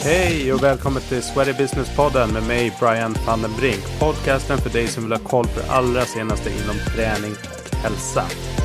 Hej och välkommen till Sweaty Business-podden med mig Brian van den Brink. Podcasten för dig som vill ha koll på det allra senaste inom träning och hälsa.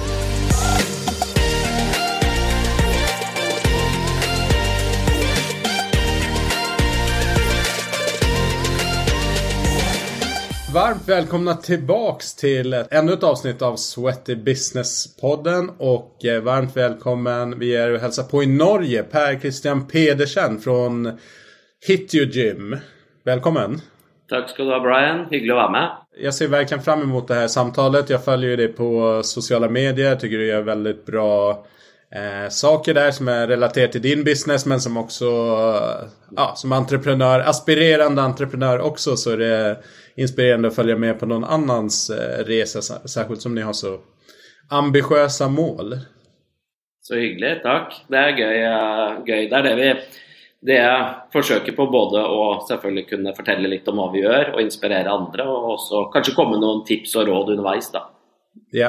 Varmt välkomna tillbaks till ännu ett avsnitt av Sweaty Business-podden. Och varmt välkommen, vi är och hälsar på i Norge, Per Christian Pedersen från Hit You Gym. Välkommen. Tack ska du ha, Brian, hyggligt att vara med. Jag ser verkligen fram emot det här samtalet. Jag följer ju det på sociala medier. Jag tycker du gör väldigt bra saker där som är relaterat till din business, men som också som entreprenör, aspirerande entreprenör också, så är det inspirerande att följa med på någon annans resa, särskilt som ni har så ambitiösa mål. Så hyggligt, tack. Det är gøy. Det är det jag försöker på, både att selvfølgelig kunna fortelle lite om vad vi gör och inspirera andra, och också kanske komma någon tips och råd underveis då. Ja.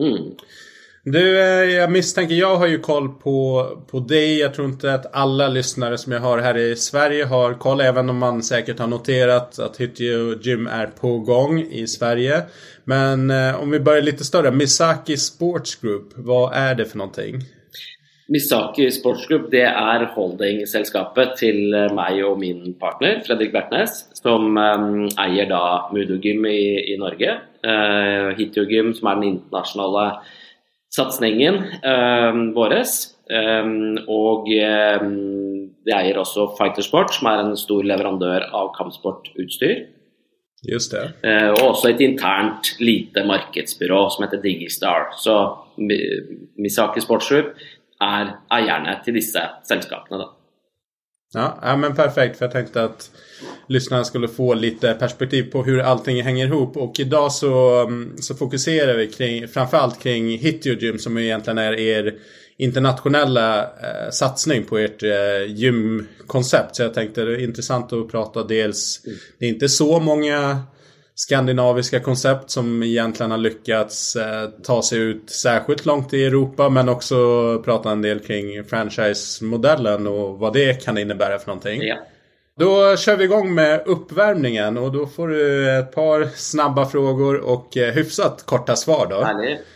Du, jag misstänker, jag har ju koll på dig. Jag tror inte att alla lyssnare som jag har här i Sverige har koll, även om man säkert har noterat att Hit You Gym är på gång i Sverige. Men om vi börjar lite större, Misaki Sports Group, vad är det för någonting? Misaki Sports Group, det är holdingselskapet till mig och min partner Fredrik Bertnes, som äger då Mudo Gym i Norge, Hit You Gym som är den internationella satsningen våres, och vi äger också Fightersport som är en stor leverandör av kampsportutstyr. Just det. Och också ett internt lite marknadsbyrå som heter Digistar. Så Misaki Sports Group är ägarna till dessa sällskapen då. Ja, men perfekt, för jag tänkte att lyssnarna skulle få lite perspektiv på hur allting hänger ihop. Och idag så fokuserar vi framförallt kring Hit You Gym, som egentligen är er internationella satsning på ert gymkoncept. Så jag tänkte det är intressant att prata dels, det är inte så många skandinaviska koncept som egentligen har lyckats ta sig ut särskilt långt i Europa, men också prata en del kring franchise-modellen och vad det kan innebära för någonting. Ja. Då kör vi igång med uppvärmningen, och då får du ett par snabba frågor och hyfsat korta svar då.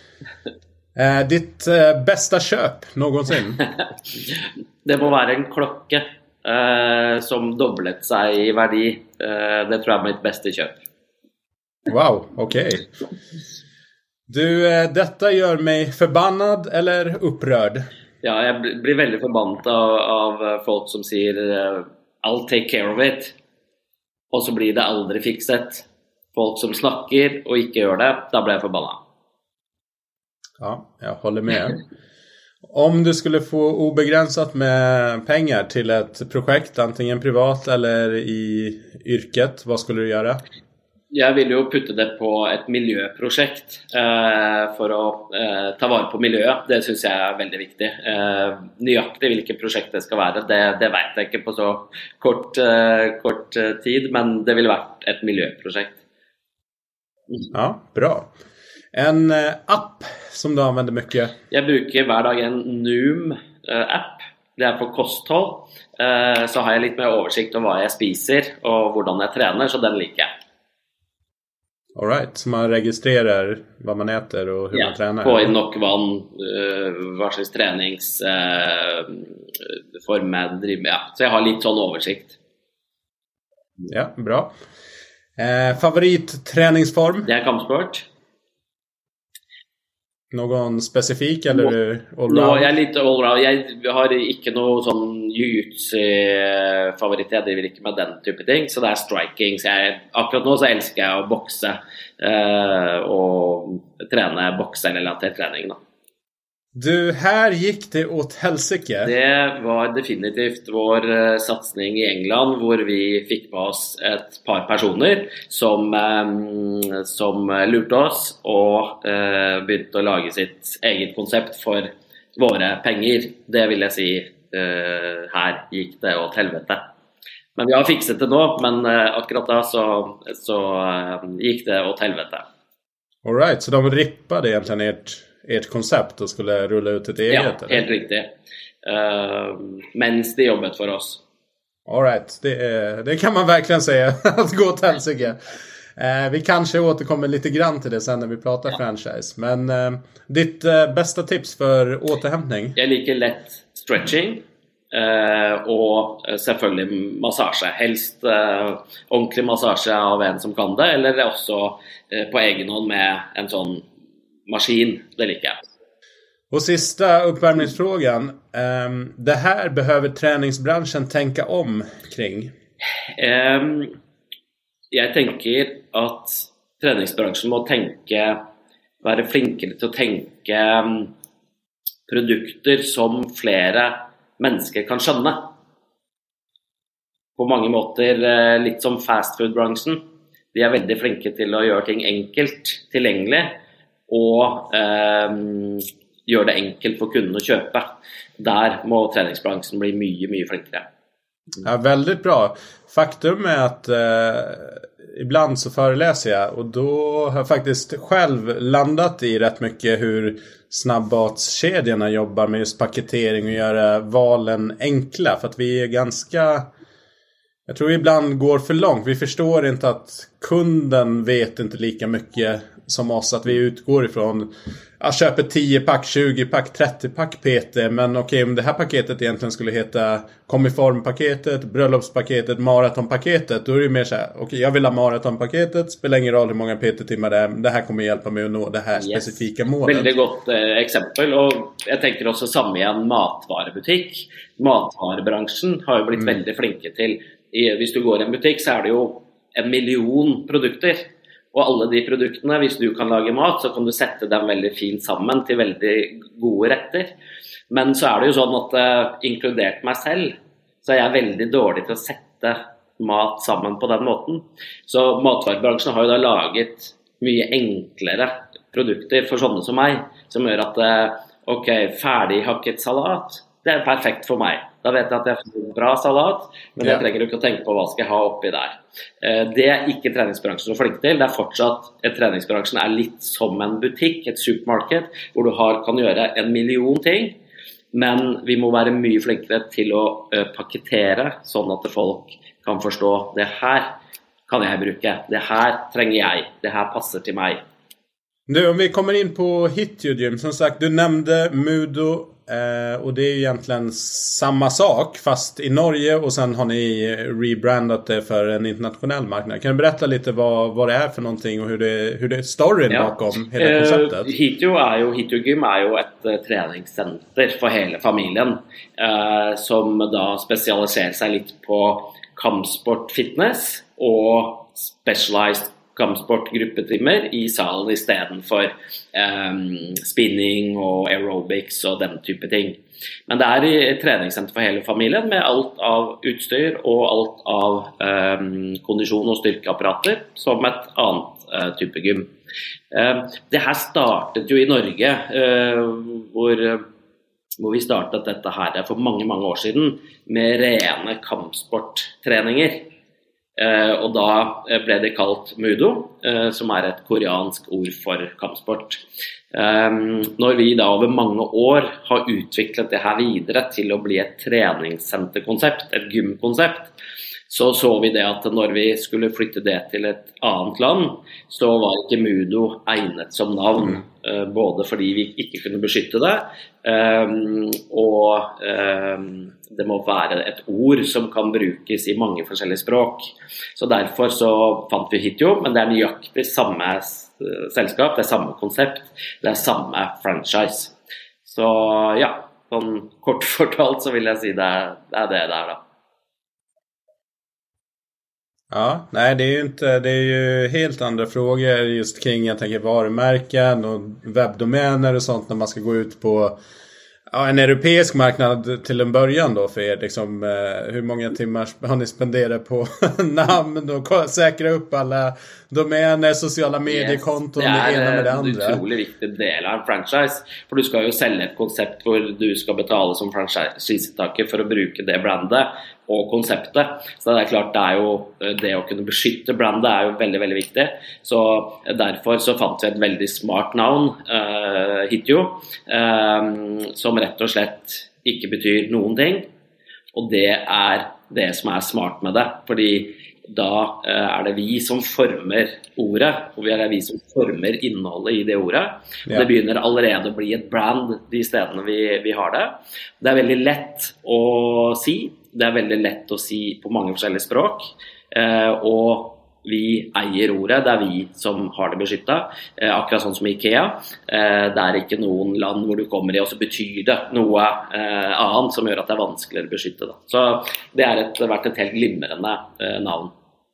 Ditt bästa köp någonsin? Det må vara en klocka som dobblet sig i värde. Det tror jag är mitt bästa köp. Wow, okej. Du, detta gör mig förbannad eller upprörd? Ja, jag blir väldigt förbannad av folk som säger I'll take care of it, och så blir det aldrig fixat. Folk som snackar och inte gör det, då blir jag förbannad. Ja, jag håller med. Om du skulle få obegränsat med pengar till ett projekt, antingen privat eller i yrket, vad skulle du göra? Jag vill ju putta det på ett miljöprojekt för att ta vara på miljö. Det syns jag är väldigt viktigt. Nöjaktigt vilket projekt det ska vara, det vet jag inte på så kort tid, men det vill vara ett miljöprojekt. Ja, bra. En app som du använder mycket? Jag brukar varje dag en Noom-app. Det är på kosthåll. Så har jag lite mer översikt om vad jag spiser och hur jag tränar, så den liker jag. All right, så man registrerar vad man äter och hur man tränar? Få in nog vann, vad slags träningsform med driver. Ja, så jag har lite sån översikt. Ja, bra. Favoritträningsform? Det är kampsport. Någon specifik eller allround? Jag är lite allround. Jag har inte någon sån jiu-jitsu-favorit. Jag driver inte med den typen av ting. Så det är striking. Så akkurat nu så älskar jag att boxa och träna boxarrelaterad träning då. Du, här gick det åt helsike. Det var definitivt vår satsning i England, hvor vi fick med oss ett par personer som lurte oss och började att laga sitt eget koncept för våra pengar. Det vill jag säga, här gick det åt helvete. Men vi har fixat det nu, men akkurat då så gick det åt helvete. All right, så de rippade egentligen ert koncept och skulle rulla ut ett eget? Ja, helt riktigt. Mens de jobbet för oss. All right, det kan man verkligen säga att gå åt helsike. Vi kanske återkommer lite grann till det sen när vi pratar franchise. Men ditt bästa tips för återhämtning? Jag liker lätt stretching och selvfølgelig massage. Helst ordentlig massage av en som kan det, eller också på egen hånd med en sån maskin. Det liker jag. Och sista uppvärmningsfrågan. Det här behöver träningsbranschen tänka om kring? Jag tänker att träningsbranschen må vara flinkare till att tänka produkter som flera människor kan skönna. På många måter lite som fastfoodbranschen. De är väldigt flinke till att göra ting enkelt tillgängligt och gör det enkelt för kunden att köpa. Där må träningsbranschen bli mycket flinkare. Ja, väldigt bra. Faktum är att ibland så föreläser jag och då har jag faktiskt själv landat i rätt mycket hur snabbmatskedjorna jobbar med just paketering och göra valen enkla. För att vi är ganska... Jag tror vi ibland går för långt. Vi förstår inte att kunden vet inte lika mycket som oss. Att vi utgår ifrån... Jag köper 10-pack, 20-pack, 30-pack PT. Men okej, om det här paketet egentligen skulle heta komiformpaketet, bröllopspaketet, maratonpaketet. Då är det mer så här, okej, jag vill ha maratonpaketet. Spelar ingen roll hur många PT-timmar det är. Det här kommer hjälpa mig att nå det här specifika målet. Väldigt gott exempel. Och jag tänker också samma i en matvarubutik. Matvarubranschen har ju blivit väldigt flinke till. Hvis du går i en butik så är det ju 1 miljon produkter. Och alla de produkterna, hvis du kan lage mat, så kan du sätta dem väldigt fint samman till väldigt goda rätter. Men så är det ju så att inkluderat mig själv, så är jag väldigt dålig till att sätta mat samman på den måten. Så matvarubranschen har ju då laget mycket enklare produkter för sådana som mig, som gör att okej, färdighacket salat, det är perfekt för mig. Da vet jeg at jeg får en bra salat, men jeg trenger ikke å tenke på hva skal jeg ha oppi der. Det er ikke treningsbransjen så flink til. Det er fortsatt, treningsbransjen er litt som en butikk, et supermarked, hvor du kan gjøre 1 million ting, men vi må være mye flinkere til å pakketere, sånn at folk kan forstå, det her kan jeg bruke, det her trenger jeg, det her passer til meg. Nu, om vi kommer in på Hit Your Gym, som sagt, du nämnde Mudo. Och det är egentligen samma sak fast i Norge, och sen har ni rebrandat det för en internationell marknad. Kan du berätta lite vad det är för någonting och hur det är storyn bakom hela konceptet? Hit Your Gym är ju ett träningscenter för hela familjen som då specialiserar sig lite på kampsport fitness och specialized kampsport gruppetimer i salen istället för spinning och aerobics och den typen av ting. Men det är ett träningscenter för hela familjen med allt av utstyr och allt av kondition och styrkeapparater som ett annat typ av gym. Det här startade ju i Norge hvor vi startet detta här för många år sedan med rena kampsportträningar. Och då blev det kallt Mudo, som är ett koreanskt ord för kampsport. När vi då över många år har utvecklat det här vidare till att bli ett träningscenterkoncept, ett gymkoncept, så vi det att när vi skulle flytta det till ett annat land, så var inte Mudo egnet som namn, både för vi inte kunde beskytta det, och det må vara ett ord som kan brukas i många olika språk. Så därför så fann vi Hit Your, men det är nøyaktig samma sällskap, det är samma koncept, det är samma franchise. Så ja, sånn kort fortalt så vill jag säga det är det där då. Ja, nej det är ju helt andra frågor just kring, jag tänker varumärken och webbdomäner och sånt när man ska gå ut på en europeisk marknad till en början då för er. Liksom, hur många timmar har ni spenderat på namn och säkra upp alla domäner, sociala mediekonton, det ena med det andra? Det är en otroligt viktig del av en franchise. För du ska ju sälja ett koncept där du ska betala som franchisetagare för att bruka det brandet och konceptet. Så det är klart, det är ju det att kunna beskytta brandet är ju väldigt, väldigt viktigt. Så därför så fann vi ett väldigt smart namn, Hit Your, som rätt och slett inte betyder någonting. Och det är det som smart med det, fordi da det vi som former ordet, og det vi som former innholdet i det ordet. Det begynner allerede å bli et brand de stedene vi har det. Det veldig lett å si, det veldig lett å si på mange forskjellige språk, og vi eier ordet, det vi som har det beskyttet, akkurat sånn som IKEA. Det ikke noen land hvor du kommer i, og så betyr det noe annet som gjør at det vanskeligere å beskytte. Da. Så det vært et helt glimrende navn.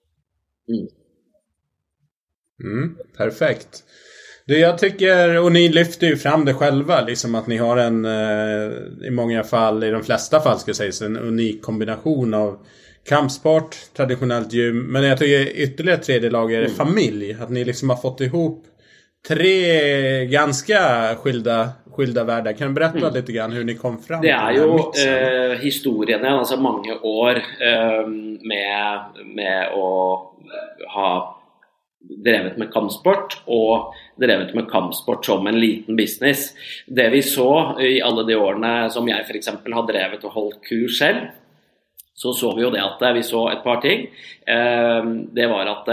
Perfekt. Det jag tycker, och ni lyfter ju fram det själva, liksom att ni har i många fall, i de flesta fall ska jag säga, en unik kombination av kampsport, traditionellt gym, men jag tycker ytterligare tredje lag familj, att ni liksom har fått ihop tre ganska skilda världar. Kan du berätta lite grann hur ni kom fram till det ju historien, alltså många år med att ha drevet med kampsport och drevet med kampsport som en liten business. Det vi så i alla de årene som jag för exempel har drevet och hållit kurs själv, så vi jo det at vi så et par ting. Det var at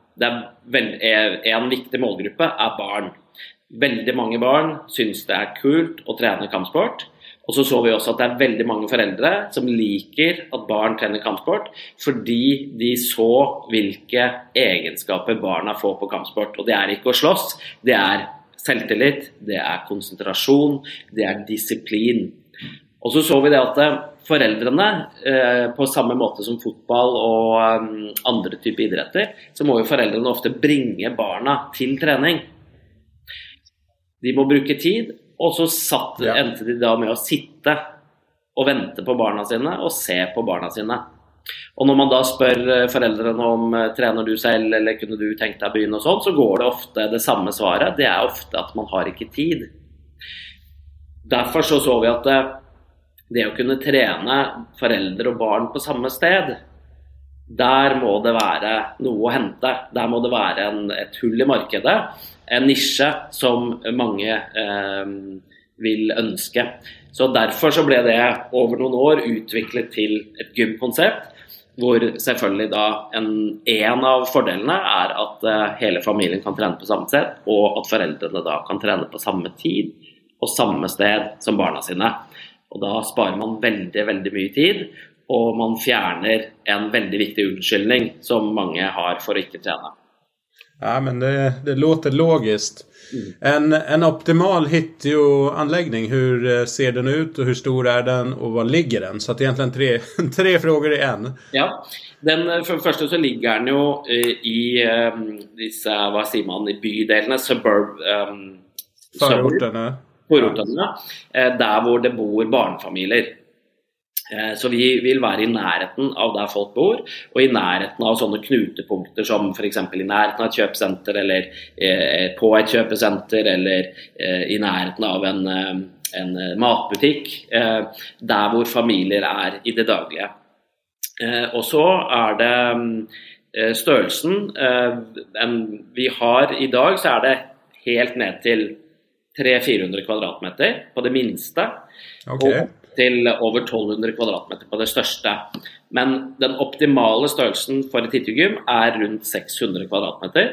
en viktig målgruppe barn. Veldig mange barn synes det kult å trene kampsport. Og så vi også at det veldig mange foreldre som liker at barn trener kampsport, fordi de så hvilke egenskaper barna får på kampsport. Og det ikke å slåss, det selvtillit, det konsentrasjon, det disiplin. Og så vi det at foreldrene, på samme måte som fotball og andre typer idretter, så må jo foreldrene ofte bringe barna til trening. De må bruke tid, og så endte de da med å sitte og vente på barna sine og se på barna sine. Og når man da spør foreldrene om trener du selv, eller kunne du tenkt deg å begynne og sånn, så går det ofte det samme svaret. Det ofte at man har ikke tid. Derfor så vi at det å kunne trene foreldre og barn på samme sted, der må det være noe å hente. Der må det være et hull i markedet, en nisje som mange vil ønske. Så derfor så ble det over noen år utviklet til et gymkonsept, hvor selvfølgelig da en av fordelene at hele familien kan trene på samme sted, og at foreldrene da kan trene på samme tid og samme sted som barna sine. Og da sparer man veldig, veldig mye tid, og man fjerner en veldig viktig unnskyldning som mange har for å ikke trene. Ja, men det låter logiskt. En optimal Hitio-anläggning, hur ser den ut och hur stor är den och var ligger den? Så att egentligen tre frågor i en. Ja, för det första så ligger den jo i disse, vad säger man, i bydelene, förorterna. Der hvor det bor barnefamilier. Så vi vil være i nærheten av der folk bor, og i nærheten av sånne knutepunkter som for eksempel i nærheten av et kjøpesenter, eller på et kjøpesenter, eller i nærheten av en matbutikk, der hvor familier i det daglige. Og så det størrelsen. Vi har i dag, så det helt ned til 300-400 kvadratmeter på det minste, og til over 1200 kvadratmeter på det største. Men den optimale størrelsen for et hittegym rundt 600 kvadratmeter,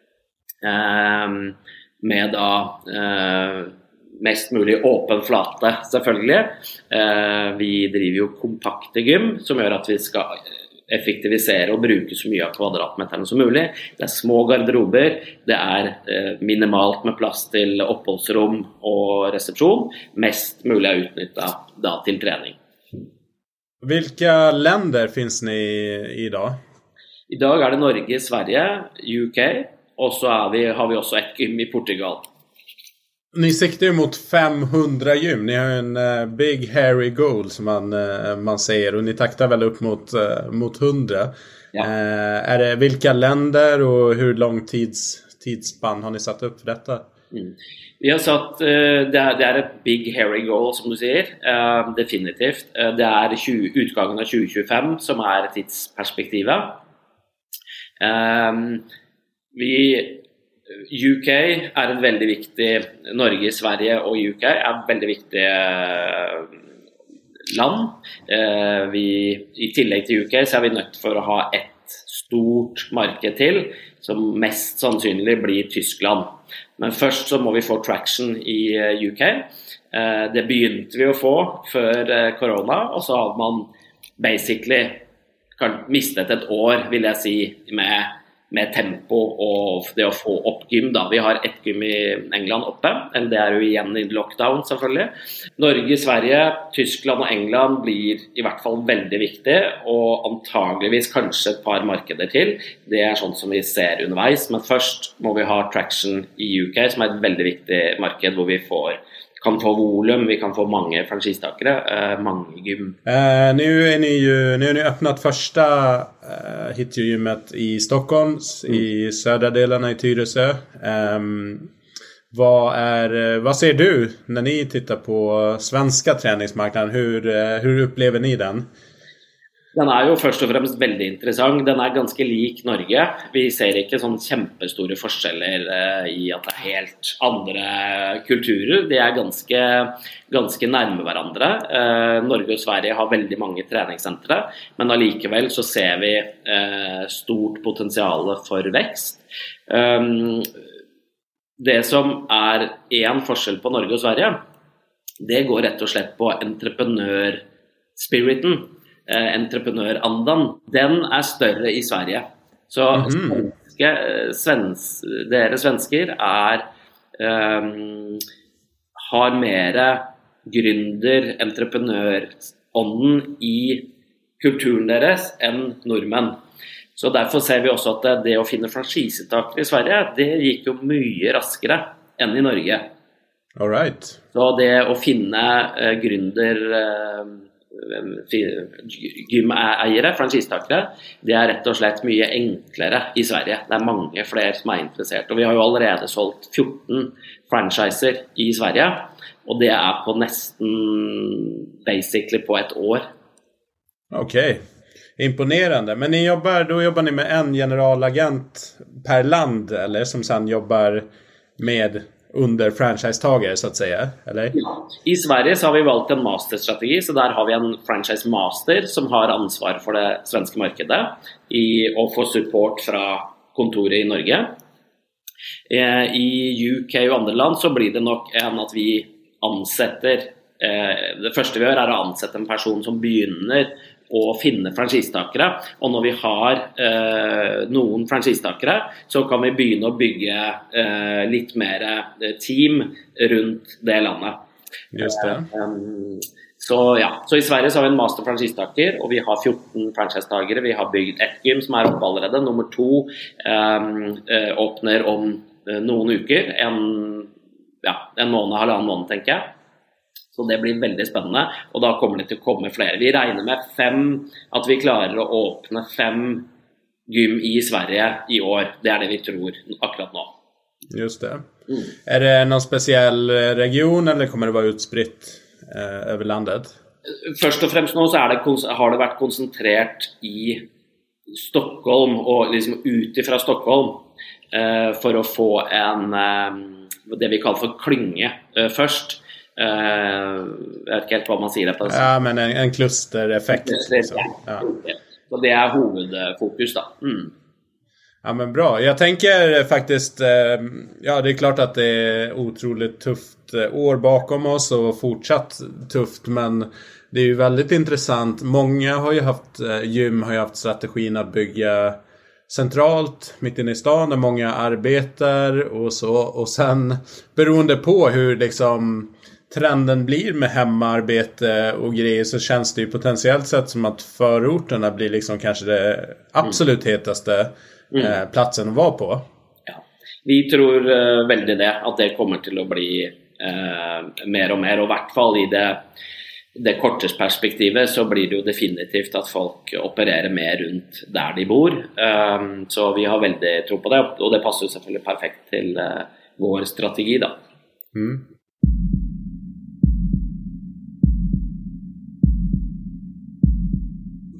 med da mest mulig åpen flate, selvfølgelig. Vi driver jo kompakte gym, som gjør at vi skal effektivisere og bruke så mye av kvadratmeterne som mulig. Det små garderober, det minimalt med plass til oppholdsrom og resepsjon, mest mulig utnyttet da til trening. Vilka länder finns ni i idag? I dag det Norge, Sverige, UK, og så har vi også et gym i Portugal. Ni siktar ju mot 500 gym. Ni har ju en big hairy goal som man säger, och ni taktar väl upp mot 100. Ja. Det vilka länder och hur lång tidsspann har ni satt upp för detta? Vi har satt det ett big hairy goal som du säger, definitivt. Det utgangen av 2025 som tidsperspektivet. UK ett väldigt viktigt, Norge, Sverige och UK väldigt viktigt land. I tillegg til UK så vi nødt for å ha et stort marked til, som mest sannsynlig blir Tyskland. Men først så må vi få traction i UK. Det begynte vi å få før korona, og så har man basically mistet et år, vil jeg si, med tempo og det å få opp gym da. Vi har ett gym i England oppe, eller det jo igjen i lockdown selvfølgelig. Norge, Sverige, Tyskland og England blir i hvert fall veldig viktig, og antageligvis kanskje et par markeder til. Det sånn som vi ser underveis, men først må vi ha traction i UK, som et veldig viktig marked hvor vi kan få volym, vi kan få många franchisetagare, många gym. Nu har ni öppnat första HitYo-gymmet i Stockholm, i södra delarna i Tyresö. Vad ser du när ni tittar på svenska träningsmarknaden? Hur upplever ni den? Den jo først og fremst veldig interessant. Den ganske lik Norge. Vi ser ikke sånn kjempestore forskjeller i at det helt andre kulturer. De ganske nærme hverandre. Norge og Sverige har veldig mange treningssentre, men allikevel så ser vi stort potensial for vekst. Det som en forskjell på Norge og Sverige, det går rett og slett på entreprenørspiriten. Entreprenørandan, den større i Sverige. Så dere svensker har mer gründer, entreprenørånden i kulturen deres enn nordmenn. Så derfor ser vi også at det å finne franchisetakere i Sverige, det gikk jo mye raskere enn i Norge. All right. Så det å finne gründer gymeiere, franchisetakere, det rett og slett mye enklere i Sverige. Det mange flere som interessert, og vi har jo allerede solgt 14 franchiser i Sverige, og det på nesten basically på et år. Okej. Imponerande. Men då jobbar ni med en generalagent per land, eller som sen jobbar med under franchisetagare så att säga, eller? Ja. I Sverige så har vi valt en masterstrategi, så där har vi en franchise master som har ansvar för det svenska markedet och får support från kontoret i Norge. I UK och andra land så blir det nog att vi ansätter det första vi gör att ansätta en person som begynner å finne franchisetakere, og når vi har noen franchisetakere, så kan vi begynne å bygge litt mer team rundt det landet. Just det. Så i Sverige så har vi en master franchisetaker, og vi har 14 franchisetakere. Vi har bygd ett gym som oppe allerede. Nummer 2 åpner om noen uker, en måned, halvannen måned, tenker jeg. Så det blir veldig spennende, og da kommer det til å komme flere. Vi regner med at vi klarer å åpne 5 gym i Sverige i år. Det det vi tror akkurat nå. Just det. Det någon speciell region, eller kommer det vara utspritt över landet? Först och främst nå så har det vært konsentrert i Stockholm, og liksom utifra Stockholm, for å få det vi kaller for klynge først. Jag vet inte helt vad man säger det på. Ja, men en klustereffekt liksom. Ja. Så det huvudfokus då. Ja, men bra. Jag tänker faktiskt det är klart att det är otroligt tufft år bakom oss och fortsatt tufft, men det är ju väldigt intressant. Många har ju haft gym har ju haft strategin att bygga centralt mitt inne i stan där många arbetar och så, och sen beroende på hur liksom trenden blir med hemarbete och grejer, så känns det ju potentiellt sett som att förorterna blir liksom kanske det absolut hetaste platsen att vara på. Ja. Vi tror väldigt det, att det kommer till att bli mer och mer, och i vart fall i det kortes perspektivet så blir det ju definitivt att folk opererar mer runt där de bor. Så vi har väldigt tro på det, och det passar ju selvfølgelig perfekt till vår strategi då.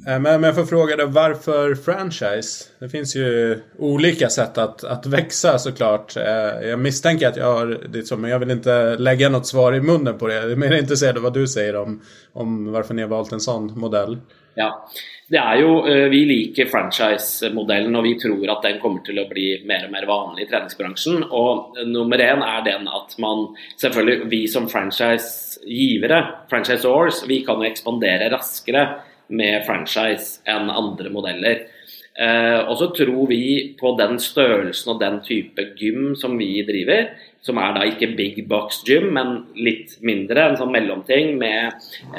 Men jag får fråga dig, varför franchise? Det finns ju olika sätt att växa såklart. Jag misstänker att jag har det så, men jag vill inte lägga något svar i munnen på det. Jag är mer intresserad av vad du säger om varför ni har valt en sån modell. Ja, det är ju, vi liker franchise-modellen, och vi tror att den kommer till att bli mer och mer vanlig i träningsbranschen. Och nummer 1 är den att man, selvfølgelig, vi som franchise-givare, franchisors, vi kan ju expandera raskare med franchise än andra modeller. Och så tror vi på den størrelsen och den type gym som vi driver, som är då inte big box gym, men lite mindre, en sån mellomting med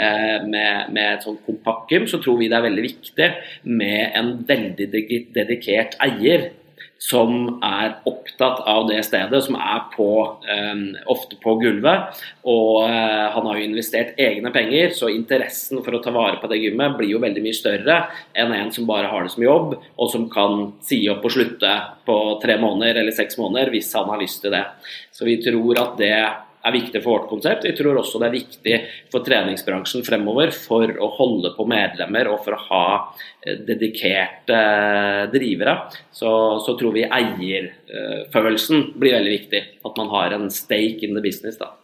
ett sånt kompakt gym, så tror vi det är väldigt viktigt med en väldigt dedikerad ägare som är upptatt av det stället, som är på ofta på golvet, och han har ju investerat egna pengar, så intressen för att ta vara på det gymmet blir ju väldigt mycket större än en som bara har det som jobb och som kan si upp och sluta på 3 månader eller 6 månader hvis han har lust till det. Så vi tror att det är viktigt för vårt koncept. Vi tror också det är viktigt för träningsbranschen fremover för att hålla på medlemmar och för att ha dedikerade drivare. Så tror vi ägarfølelsen blir väldigt viktig, att man har en stake in the business då.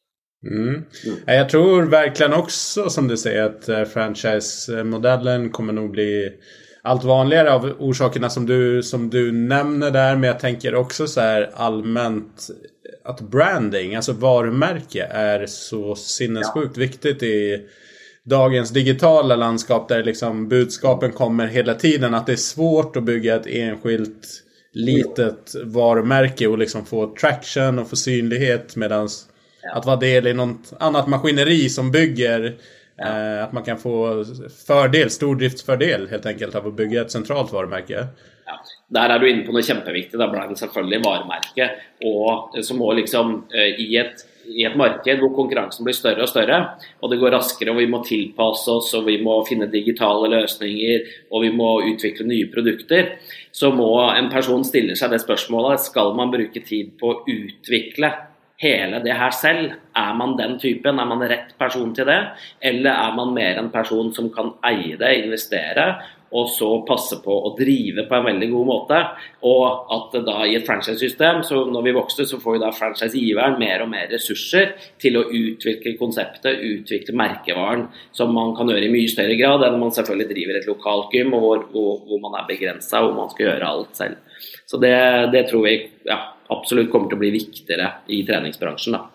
Jag tror verkligen också, som du säger, att franchise-modellen kommer nog bli allt vanligare av orsakerna som du nämner där, men jag tänker också så här allmänt att branding, alltså varumärke, är så sinnessjukt viktigt i dagens digitala landskap, där liksom budskapen kommer hela tiden, att det är svårt att bygga ett enskilt litet varumärke och liksom få traction och få synlighet, medan att vara del i något annat maskineri som bygger att man kan få stordriftsfördel helt enkelt av att bygga ett centralt varumärke. Ja, där är du inne på något jätteviktigt, där blir det selvfølgelig varumärke, och så må liksom i ett marknad där konkurrensen blir större och större, och det går raskare, och vi må tillpassa oss, och vi må finna digitala lösningar, och vi må utveckla nya produkter, så må en person ställa sig det spørsmålet: skal man bruka tid på att utveckla hela det här själv? Är man den typen? Är man rätt person till det? Eller är man mer en person som kan äga det, investera och så passa på att driva på en väldigt god måte? Och att då i ett franchise-system, så när vi växte, så får ju då franchisegivaren mer och mer resurser till att utveckla konceptet, utveckla märkevaren, som man kan göra i mycket större grad än om man selvfølgelig driver ett lokalt gym och man är begränsad och man ska göra allt själv. Så det tror vi absolut kommer att bli viktigare i träningsbranschen då.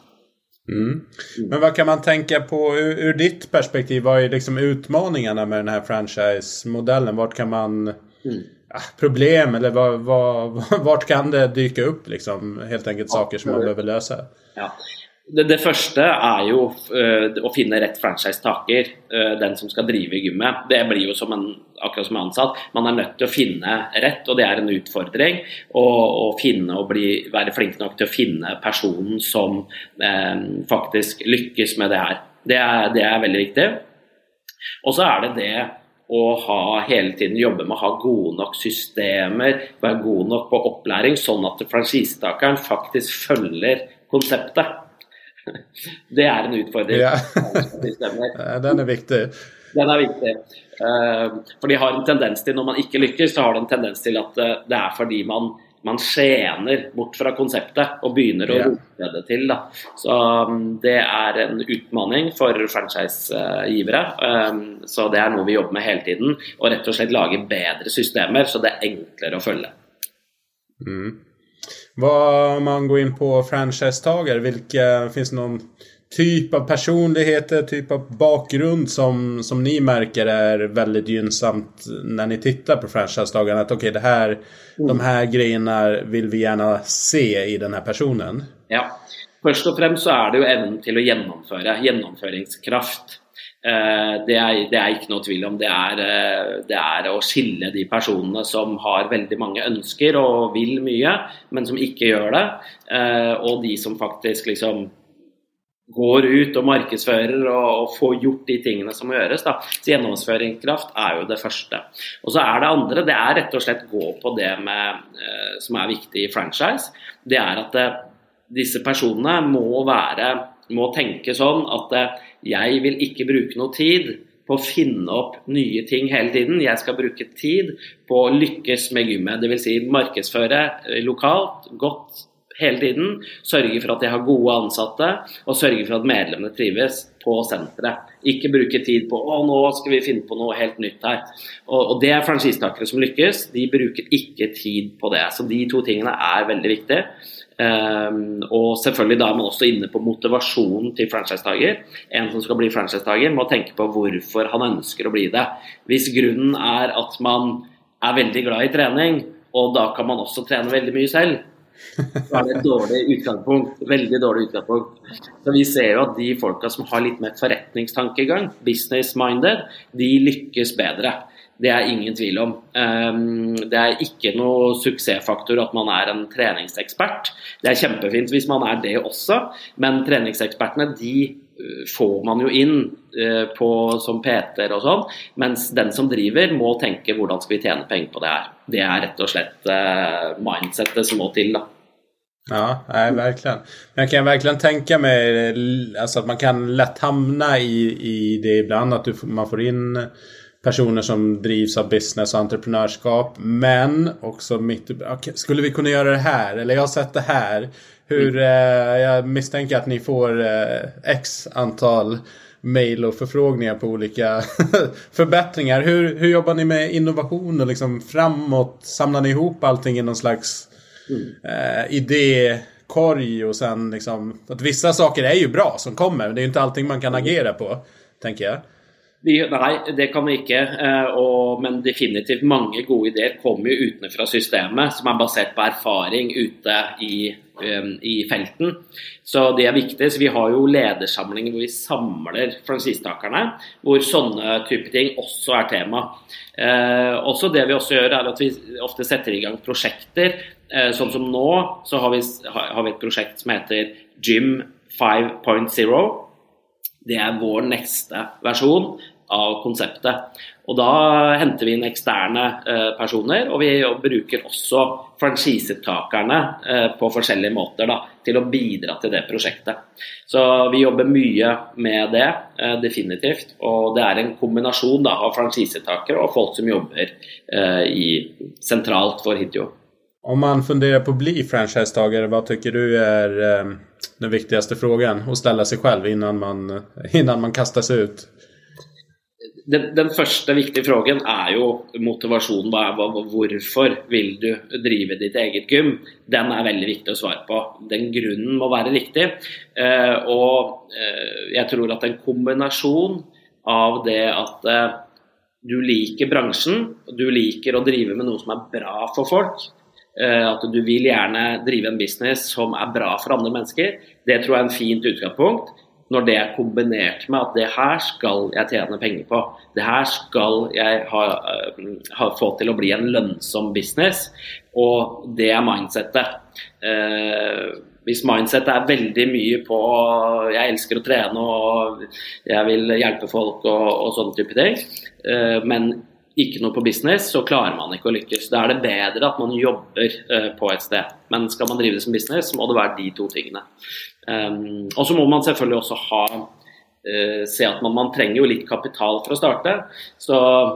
Men vad kan man tänka på ur ditt perspektiv? Vad är liksom utmaningarna med den här franchise-modellen? Vart kan man problem, eller vart kan det dyka upp liksom, helt enkelt saker som man behöver lösa? Ja. Det första är ju att finna rätt franchise-taker, den som ska driva gymmet. Det blir ju akkurat som ansatt. Man är nöjd att finna rätt, och det är en utfordring och finna och vara flink nog till att finna personen som faktiskt lyckas med det här. Det är väldigt viktigt. Och så är det att ha hela tiden jobba med att ha goda nog systemer, vara god nog på uppläring, så att franchisetakaren faktiskt följer konceptet. Det är en utfordring. Ja. Den är viktig. Den är viktig. För de har en tendens till, när man inte lyckas, så har det en tendens till att det är för man skener bort från konceptet och börjar att ropa det till. Så det är en utmaning för franchisegivare. Så det är något vi jobbar med hela tiden, och rätt och slett lage bättre systemer så det är enklare att följa. Vad man går in på franchisetagare, finns det någon typ av personligheter, typ av bakgrund som ni märker är väldigt gynnsamt när ni tittar på franchisetagarna, att okej, de här grejerna vill vi gärna se i den här personen? Ja. Först och främst så är det ju även till att genomföringskraft. Det är inte något tvil om. Det är att skilja de personerna som har väldigt många önskor och vill mycket, men som inte gör det, och de som faktiskt liksom går ut och marknadsför och får gjort de tingene som må göras då. Så genomföringskraft är ju det första. Och så är det andra, det är rätt och slett gå på det med som är viktigt i franchise. Det är att dessa personer må tänka sånn att jag vill inte bruka någon tid på å finne opp nye ting hele tiden. Jeg skal bruke tid på å lykkes med gymmet, det vil si markedsføre lokalt, godt hele tiden, sørge for at jeg har gode ansatte, og sørge for at medlemmene trives på senteret. Ikke bruke tid på, nå skal vi finne på noe helt nytt her. Og det franchisetakere som lykkes, de bruker ikke tid på det. Så de to tingene veldig viktige. Og selvfølgelig da er man også inne på motivasjonen til franchisetaker. En som skal bli franchisetaker må tenke på hvorfor han ønsker å bli det. Hvis grunnen at man veldig glad i trening, og da kan man også trene veldig mye selv, så det et dårlig utgangspunkt, veldig dårlig utgangspunkt. Så vi ser jo at de folka som har litt mer forretningstankegang, business-minded, de lykkes bedre. Det ingen tvil om. Det ikke noe suksessfaktor at man en treningsekspert. Det kjempefint hvis man det også, men treningsekspertene, de får man jo inn som Peter og sånn, mens den som driver må tenke hvordan skal vi tjene penger på det her. Det rett og slett mindsetet som må til da. Ja, verkligen. Men jag kan verkligen tänka mig alltså att man kan lätt hamna i det ibland att man får in personer som drivs av business och entreprenörskap, men också skulle vi kunna göra det här, eller jag har sett det här, jag misstänker att ni får x antal mejl och förfrågningar på olika förbättringar. Hur jobbar ni med innovation och liksom framåt? Samlar ni ihop allting i någon slags idékorg och sen liksom, att vissa saker ju bra som kommer, men det är ju inte allting man kan agera på, tänker jag. Nej, det kan vi ikke, men definitivt mange gode ideer kommer jo utenfra systemet som basert på erfaring ute i felten. Så det viktig, så vi har jo ledersamlinger hvor vi samler franchisetakerne, hvor sånne type ting også tema. Også det vi også gjør at vi ofte setter i gang prosjekter, sånn som nå, så har vi et prosjekt som heter Gym 5.0. Det vår neste versjon av konseptet. Og da henter vi inn eksterne personer, og vi bruker også franchisetakerne på forskjellige måter da, til å bidra til det prosjektet. Så vi jobber mye med det, definitivt, og det en kombinasjon da, av franchisetakere og folk som jobber sentralt for Hitio. Om man funderar på att bli franchisetagare, vad tycker du den viktigaste frågan att ställa sig själv innan man kastar sig ut? Den første viktige frågan jo motivasjonen. Hvorfor vil du drive ditt eget gym? Den veldig viktig å svare på. Den grunnen må være riktig. Og jeg tror at en kombinasjon av det at du liker bransjen, du liker å drive med noe som bra for folk, at du vil gjerne drive en business som bra for andre mennesker, det tror jeg en fint utgangspunkt. Når det kombinert med at det her skal jeg tjene penger på, det her skal jeg få til å bli en lønnsom business, og det mindsetet. Hvis mindsetet veldig mye på jeg elsker å trene og jeg vil hjelpe folk og sånne type ting, men ikke noe på business, så klarer man ikke å lykkes. Da det bedre at man jobber på et sted. Men skal man drive det som business, så må det være de to tingene. Og så må man selvfølgelig også se at man trenger jo litt kapital for å starte. Så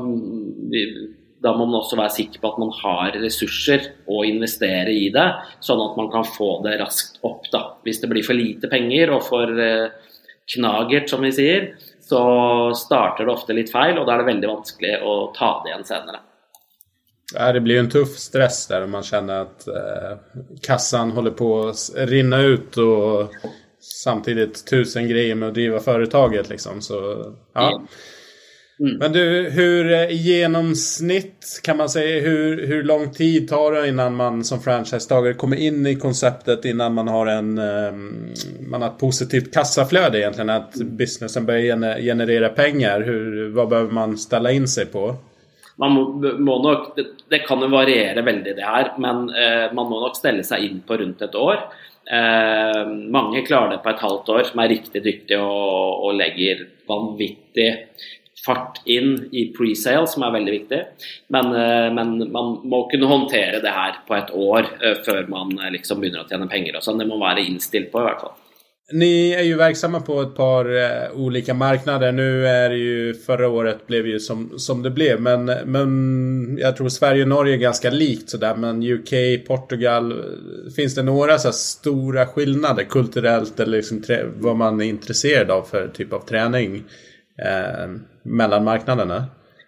da må man også være sikker på at man har ressurser å investere i det, sånn at man kan få det raskt opp da. Hvis det blir for lite penger og for knagert, som vi sier, så starter det ofte litt feil, og da det veldig vanskelig å ta det igjen senere. Ja, det blir ju en tuff stress där om man känner att kassan håller på att rinna ut och samtidigt 1000 grejer med att driva företaget liksom. Så, ja. Men du, hur i genomsnitt kan man säga, hur lång tid tar det innan man som franchisetagare kommer in i konceptet, innan man har man har ett positivt kassaflöde egentligen, att businessen börjar generera pengar? Vad behöver man ställa in sig på? Man må nok, det kan jo variere veldig det her, men man må nok stelle seg inn på rundt et år. Mange klarer det på et halvt år, som riktig dyktig og legger vanvittig fart inn i pre-sale, som veldig viktig. Men man må kunne håndtere det her på et år før man liksom begynner å tjene penger og sånn. Det må være innstilt på i hvert fall. Ni är ju verksamma på ett par olika marknader. Nu är det ju, förra året blev ju som det blev. Men jag tror Sverige och Norge är ganska likt sådär. Men UK, Portugal, finns det några så här stora skillnader kulturellt eller liksom vad man är intresserad av för typ av träning mellan marknaderna?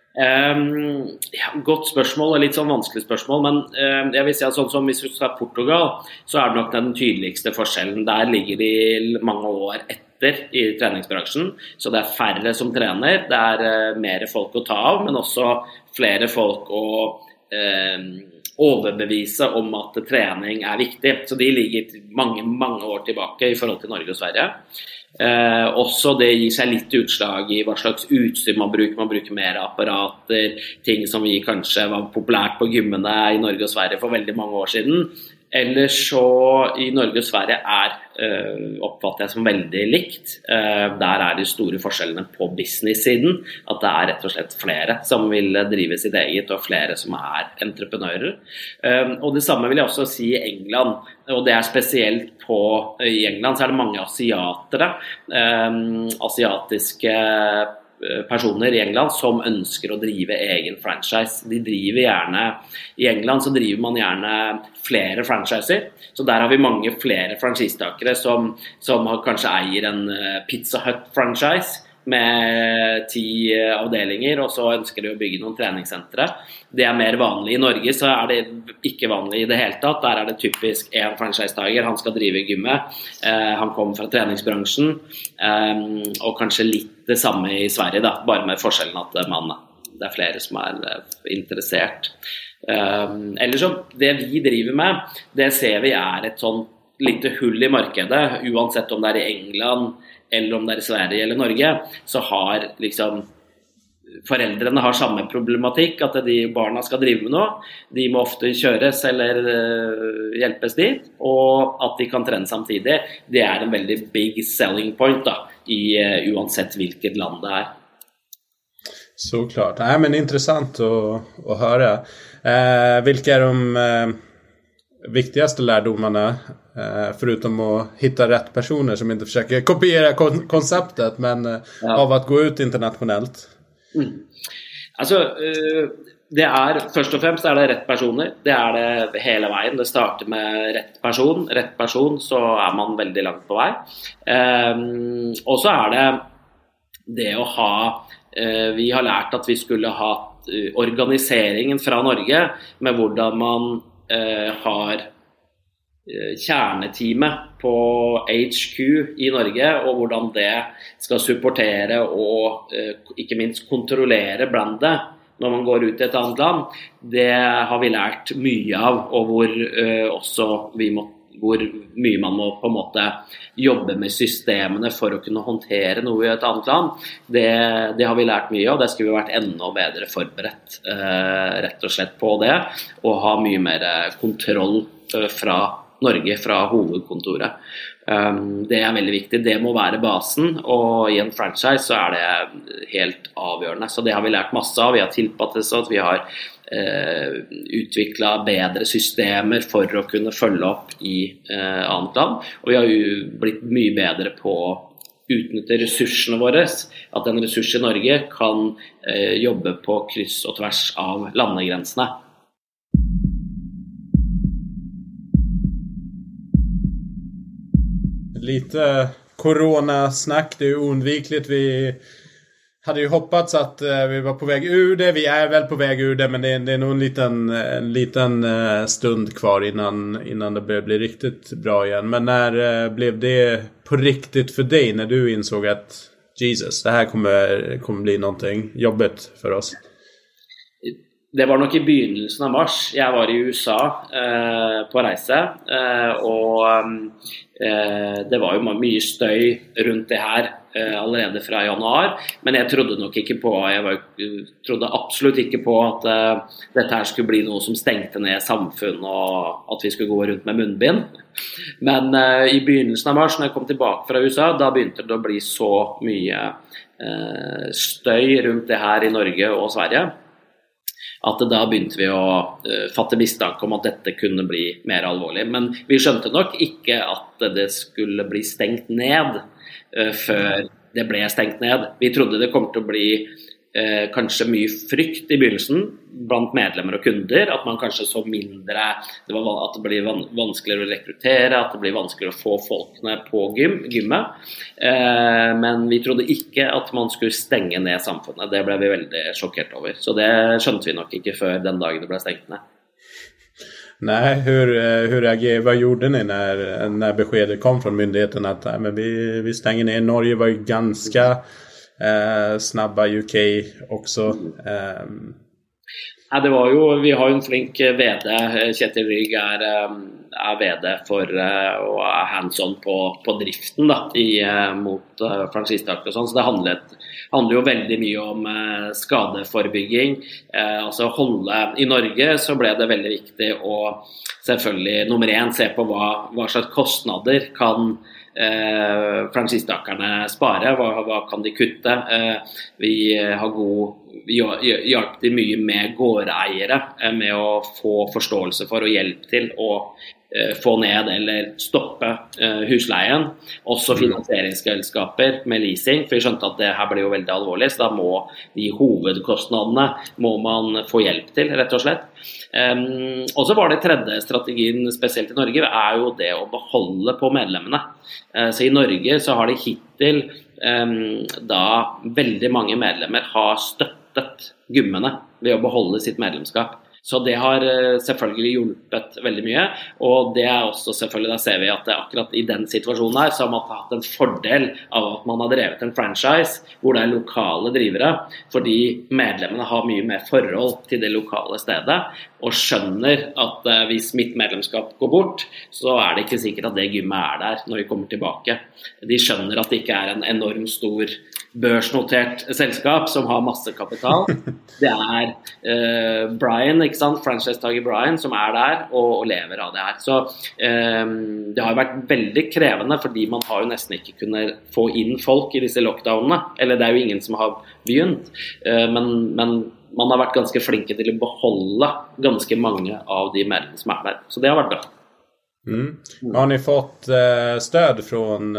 Godt spørsmål og litt sånn vanskelig spørsmål, men jeg vil si at sånn som hvis du tar Portugal, så er det nok den tydeligste forskjellen. Der ligger de mange år etter i treningsbransjen, så det er færre som trener, det er mer folk å ta av, men også flere folk å overbevise om at trening er viktig. Så de ligger mange år tilbake i forhold til Norge og Sverige. Også det gir seg litt utslag i hva slags utstyr man bruker mer apparater, ting som vi kanskje var populært på gymmene i Norge og Sverige for veldig mange år siden. Ellers så i Norge og Sverige oppfatter jeg som veldig likt. Der de store forskjellene på business-siden, at det rett og slett flere som vil drive sitt eget, og flere som entreprenører. Og det samme vil jeg også si i England, og det spesielt i England så det mange asiatere, asiatiske personer i England som ønsker å drive egen franchise. De driver gjerne, i England så driver man gjerne flere franchiser, så der har vi mange flere franchisetakere som kanskje eier en Pizza Hut franchise med 10 avdelinger, og så ønsker de å bygge noen treningssentre. Det mer vanlig i Norge, så det ikke vanlig i det hele tatt. Der det typisk en franchisetager, han skal drive gymmet, han kommer fra treningsbransjen, og kanskje litt det samme i Sverige da, bare med forskjellen at det flere som interessert. Eller så, det vi driver med, det ser vi et sånn lite hull i markedet, uansett om det i England, eller om det i Sverige eller Norge, så har liksom foreldrene har samme problematikk, at de barna skal drive med noe, de må ofte kjøres eller hjelpes dit, og at de kan trene samtidig, det en veldig big selling point da, uansett hvilket land det Såklart. Nej, men intressant att höra. Vilka de viktigaste lärdomarna förutom att hitta rätt personer som inte försöker kopiera konceptet men av att gå ut internationellt? Alltså det först och främst det rätt personer. Det det hela vägen. Det startar med rätt person så man väldigt långt på väg. Och så det att ha vi har lärt att vi skulle ha organiseringen från Norge med hur man har kjerneteamet på HQ i Norge og hvordan det skal supportere og ikke minst kontrollere brandet når man går ut i et annet land, det har vi lært mye av, og hvor mye man må på en måte jobbe med systemene for å kunne håndtere noe i et annet land. Det har vi lært mye av, det skulle vi vært enda bedre forberedt rett og slett på det, og ha mye mer kontroll fra Norge, fra hovedkontoret. Det veldig viktig, det må være basen, og i en franchise så det helt avgjørende. Så det har vi lært masse av, vi har tilpasset oss, vi har utviklet bedre systemer for å kunne følge opp i annet land, og vi har jo blitt mye bedre på å utnytte ressursene våre, at en ressurs i Norge kan jobbe på kryss og tvers av landegrensene. Lite coronasnack, det oundvikligt. Vi hade ju hoppats att vi var på väg ur det. Vi väl på väg ur det, men det är nog en liten stund kvar innan det börjar bli riktigt bra igen. Men när blev det på riktigt för dig när du insåg att Jesus, det här kommer bli någonting jobbigt för oss? Det var nok i begynnelsen av mars. Jeg var i USA på reise, og det var jo mye støy rundt det her allerede fra januar, men jeg trodde nok ikke på, trodde absolutt ikke på at dette her skulle bli noe som stengte ned samfunn, og at vi skulle gå rundt med munnbind. Men i begynnelsen av mars, når jeg kom tilbake fra USA, da begynte det å bli så mye støy rundt det her i Norge og Sverige, at da begynte vi å fatte mistanke om at dette kunne bli mer alvorlig. Men vi skjønte nok ikke at det skulle bli stengt ned før det ble stengt ned. Vi trodde det kom til å bli kanskje mye frykt i begynnelsen blant medlemmer og kunder, at man kanskje så mindre, at det blir vanskeligere å rekruttere, at det blir vanskeligere å få folkene på gymmet, men vi trodde ikke at man skulle stenge ned samfunnet. Det ble vi veldig sjokkert over, så det skjønte vi nok ikke før den dagen det ble stengt ned. Nej, hur reagerade, vad gjorde ni när beskedet kom från myndigheten att men vi stänger ner? Norge var ju ganska snabba, UK också. Ja, det var jo, vi har jo en flink VD, Kjetil Rygg er VD for og er hands-on på driften da, mot franchisetakere og sånn, så det handler jo veldig mye om skadeforebygging, altså I Norge så ble det veldig viktig å selvfølgelig nummer 1 se på hva slags kostnader kan franchisetakerne spare, hva kan de kutte. Vi hjelper de mye med gårdeiere med å få forståelse for og hjelp til å få ned eller stoppe husleien. Også finansieringsselskaper med leasing, for vi skjønte at det her blir jo veldig alvorlig, så da må de hovedkostnadene må man få hjelp til, rett og slett. Og så var det tredje strategien, spesielt I Norge, er jo det å beholde på medlemmene. Så I Norge så har de hittil da veldig mange medlemmer har støttet gymmene ved å beholde sitt medlemskap. Så det har selvfølgelig hjulpet veldig mye, og det også selvfølgelig, da ser vi at akkurat I den situasjonen her, så har man hatt en fordel av at man har drevet en franchise, hvor det lokale drivere, fordi medlemmene har mye mer forhold til det lokale stedet, og skjønner at hvis mitt medlemskap går bort, så det ikke sikkert at det gymmet der når vi kommer tilbake. De skjønner at det ikke en enormt stor børsnotert selskap som har masse kapital. Det Brian, ikke sant? Franchise-tager Brian som der og lever av det her. Så det har jo vært veldig krevende, fordi man har jo nesten ikke kunnet få inn folk I disse lockdownene. Eller det jo ingen som har begynt. Men man har vært ganske flinke til å beholde ganske mange av de medlemmene som der. Så det har vært bra. Har ni fått stöd från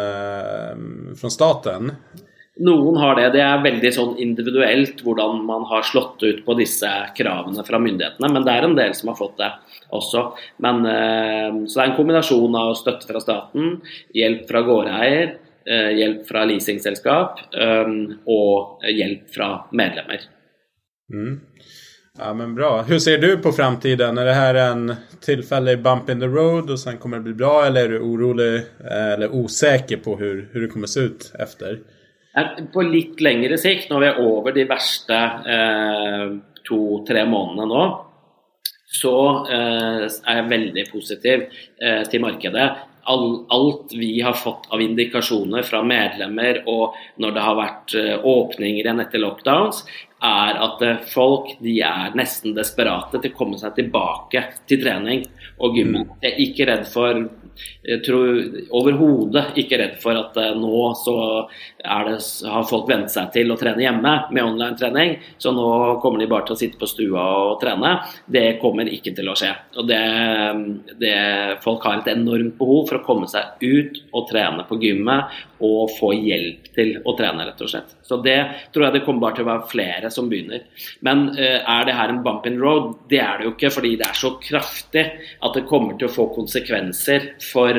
staten? Noen har det. Det veldig sånn individuelt hvordan man har slått ut på disse kravene fra myndighetene, men det en del som har fått det også. Men, så det en kombinasjon av støtte fra staten, hjelp fra gårdeier, hjelp fra leasingselskap og hjelp fra medlemmer. Ja, men bra. Hur ser du på framtiden? Det här en tillfällig bump in the road och sen kommer det bli bra, eller du orolig eller osäker på hur det kommer se ut efter? På litt lengre sikt, når vi over de verste 2-3 månedene nå, så jeg veldig positiv til markedet. Alt vi har fått av indikasjoner fra medlemmer, og når det har vært åpninger igjen etter lockdowns, at folk de nesten desperate til å komme seg tilbake til trening og gymmen. Jeg ikke redd for, jeg tror overhodet ikke redd for at nå så har folk vent seg til å trene hjemme med online trening, så nå kommer de bare til å sitte på stua og trene. Det kommer ikke til å skje. Og folk har et enormt behov for å komme seg ut og trene på gymmet og få hjelp til å trene, rett og slett. Så det tror jeg det kommer bare til å være flere som begynner. Men det her en bump in the road? Det det jo ikke, fordi det så kraftig at det kommer til å få konsekvenser for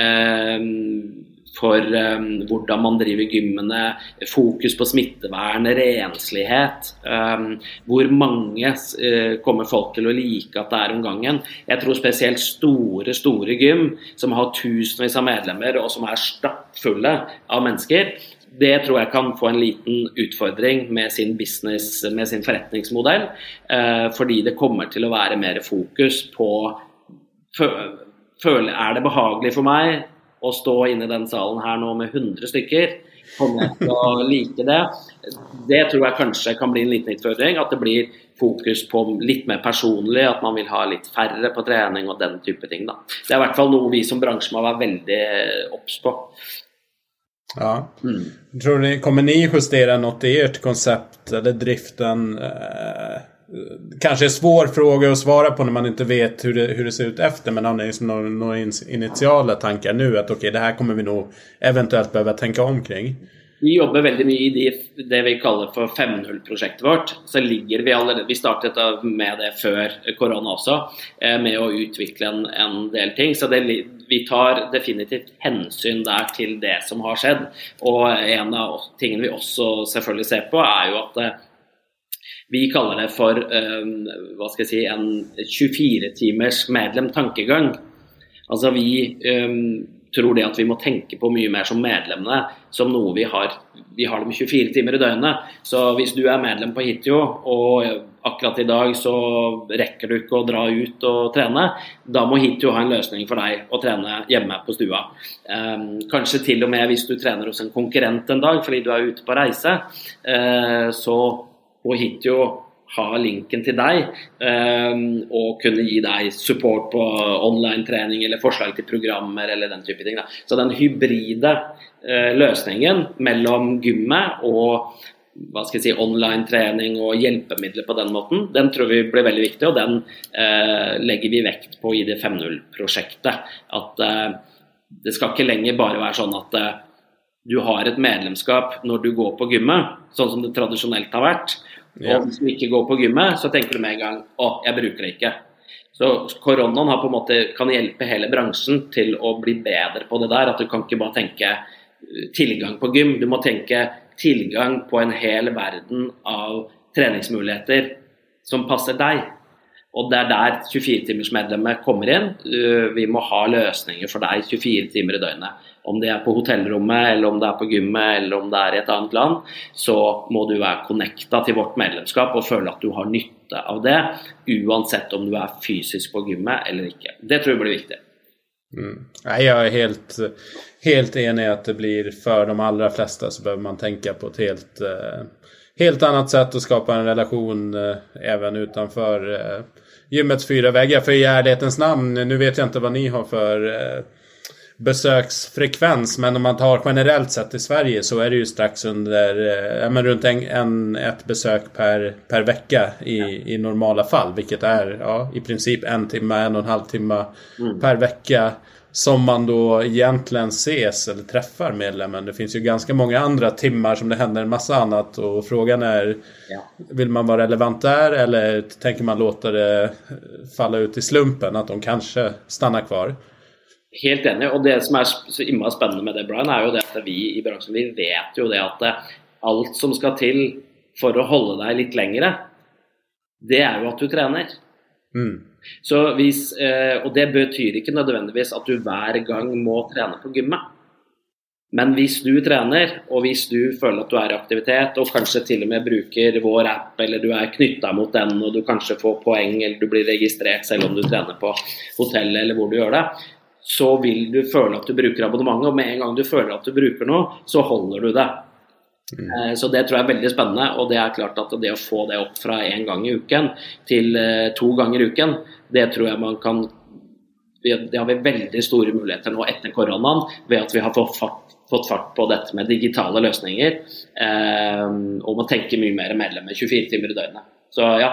hvordan man driver gymmene, fokus på smittevern, renslighet, hvor mange kommer folk til å like at det om gangen. Jeg tror spesielt store gym, som har tusenvis av medlemmer, og som stappfulle av mennesker, det tror jeg kan få en liten utfordring med sin business, med sin forretningsmodell, fordi det kommer til å være mer fokus på, det behagelig for meg å stå inne I den salen her nå med 100 stykker, kommer jeg til å like det. Det tror jeg kanskje kan bli en liten utfordring, at det blir fokus på litt mer personlig, at man vil ha litt færre på trening og den type ting da. Det I hvert fall noe vi som bransje må være veldig obs på. Ja. Tror ni, kommer ni justera något I ert koncept eller driften kanske är svår fråga att svara på när man inte vet hur det ser ut efter, men har ni liksom några initiala tankar nu att okej, det här kommer vi nog eventuellt behöva tänka omkring? Vi jobber veldig mye i det vi kaller for 5.0-prosjektet vårt. Så ligger vi allerede, vi startet med det før korona også, med å utvikle en del ting. Så vi tar definitivt hensyn der til det som har skjedd. Og en av tingene vi også selvfølgelig ser på jo at vi kaller det for hva skal jeg si, en 24-timers medlem-tankegang. Altså vi tror det at vi må tenke på mye mer som medlemmene, som noe vi har dem 24 timer i døgnet. Så hvis du medlem på Hitio, og akkurat i dag så rekker du ikke å dra ut og trene, da må Hitio ha en løsning for deg å trene hjemme på stua. Kanskje til og med hvis du trener hos en konkurrent en dag, fordi du ute på reise, så må Hitio ha linken til deg og kunne gi deg support på online-trening eller forslag til programmer eller den type ting. Så den hybride løsningen mellom gymmet og hva skal jeg si, online-trening og hjelpemidler på den måten, den tror vi blir veldig viktig, og den legger vi vekt på i det 5.0-prosjektet. At det skal ikke lenger bare være sånn at du har et medlemskap når du går på gymmet, sånn som det tradisjonelt har vært. Og hvis du ikke går på gymmet, så tenker du med en gang jeg bruker det ikke. Så koronaen har på en måte, kan hjelpe hele bransjen til å bli bedre på det der, at du kan ikke bare tenke tilgang på gym, du må tenke tilgang på en hel verden av treningsmuligheter som passer deg. Og det der 24-timers-medlemmet kommer inn. Vi må ha løsninger for deg 24 timer i døgnet. Om det på hotellrommet, eller om det på gymmet, eller om det i et annet land, så må du være connectet til vårt medlemskap og føle at du har nytte av det, uansett om du fysisk på gymmet eller ikke. Det tror jeg blir viktig. Jag helt enig att det blir för de allra flesta så behöver man tänka på ett helt annat sätt att skapa en relation även utanför gymmets 4 väggar. För i ärlighetens namn, nu vet jag inte vad ni har för besöksfrekvens, men om man tar generellt sett i Sverige så är det ju strax under runt ett besök per vecka i normala fall, vilket är i princip 1 timme, 1,5 timme per vecka som man då egentligen ses eller träffar medlemmen. Det finns ju ganska många andra timmar som det händer en massa annat, och frågan är, vill man vara relevant där eller tänker man låta det falla ut i slumpen att de kanske stannar kvar? Helt enig, og det som så innmari spennende med det, Brian, jo det at vi i bransjen, vi vet jo det at alt som skal til for å holde deg litt lengre, det jo at du trener. Så og det betyr ikke nødvendigvis at du hver gang må trene på gymmet. Men hvis du trener, og hvis du føler at du i aktivitet, og kanskje til og med bruker vår app, eller du knyttet mot den, og du kanskje får poeng, eller du blir registrert selv om du trener på hotellet, eller hvor du gjør det, så vil du føle at du bruker abonnementet, og med en gang du føler at du bruker noe, så holder du det. Så det tror jeg veldig spennende, og det klart at det å få det opp fra 1 gang i uken til 2 ganger i uken, det tror jeg man kan, det har vi veldig store muligheter nå etter koronaen, ved at vi har fått fart på dette med digitale løsninger, og man tenker mye mer medlemmer 24 timer i døgnet. Så ja.